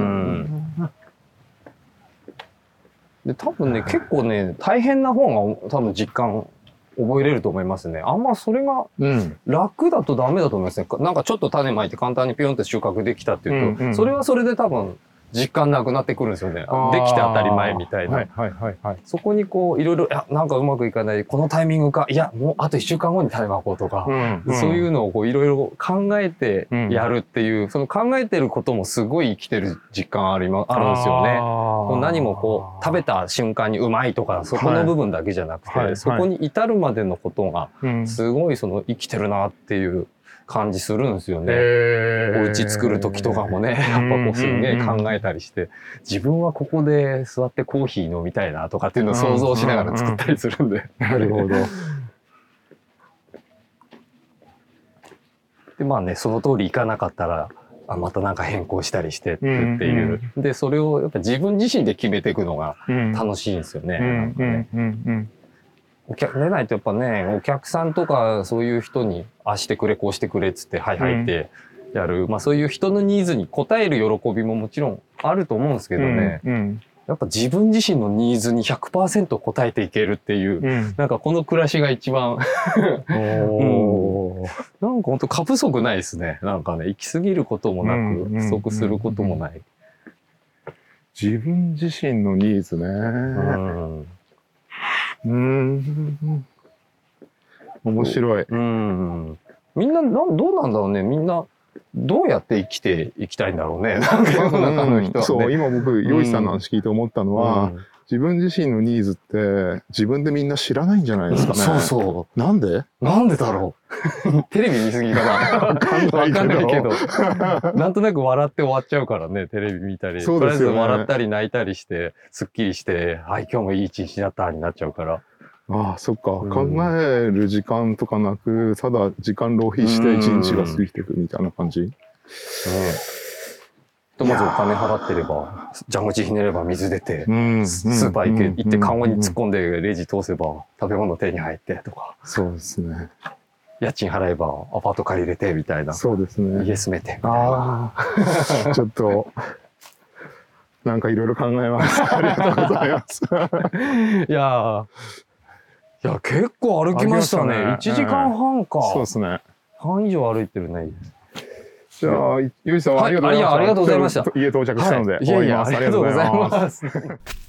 で多分ね結構ね大変な方が多分実感覚えれると思いますね。あんまそれが楽だとダメだと思いますね。なんかちょっと種まいて簡単にピョンって収穫できたっていうと、それはそれで多分実感なくなってくるんですよね。できて当たり前みたいな。そこにこういろいろなんかうまくいかない、このタイミングか、いやもうあと1週間後に種まこうとか、そういうのをこういろいろ考えてやるっていう、その考えてることもすごい生きてる実感あるんですよね。何もこう食べた瞬間にうまいとかそこの部分だけじゃなくて、そこに至るまでのことがすごいその生きてるなっていう感じするんですよね。お家作る時とかもね、やっぱこうすんげえ考えたりして、自分はここで座ってコーヒー飲みたいなとかっていうのを想像しながら作ったりするんで。 なるほど。 でまあねその通りいかなかったらまたなんか変更したりしてっていう、でそれをやっぱ自分自身で決めていくのが楽しいんですよね。でないとやっぱねお客さんとかそういう人にあしてくれこうしてくれっつってはいはいってやる、まあそういう人のニーズに応える喜びももちろんあると思うんですけどね、やっぱ自分自身のニーズに 100% 応えていけるっていう、なんかこの暮らしが一番なんか本当過不足ないですね。なんかね行き過ぎることもなく不足することもない。 自分自身のニーズね。面白い。 みんなどうなんだろうね。みんなどうやって生きていきたいんだろうね。なんか世の中の人はね。 そう今僕ヨイさんの話聞いて思ったのは、自分自身のニーズって自分でみんな知らないんじゃないですかね。 そうそう。 なんでだろう。テレビ見すぎかな。わかんないけど。なんとなく笑って終わっちゃうからね。テレビ見たり、とりあえず笑ったり泣いたりしてすっきりして、はい今日もいい一日だったになっちゃうから。 ああそっか、考える時間とかなくただ時間浪費して一日が過ぎていくみたいな感じ。 まずお金払ってれば蛇口ひねれば水出て、スーパー行ってカゴに突っ込んでレジ通せば食べ物手に入ってとか。 そうですね。 家賃払えばアパート借りれてみたいな。 そうですね。 家住めてみたいな。ちょっとなんかいろいろ考えます。ありがとうございます。 いや結構歩きましたね。1時間半か。 そうですね。 半以上歩いてるね。 じゃあ、ゆいさんありがとうございました。 ありがとうございました。 家到着したので。 いやいや、ありがとうございます。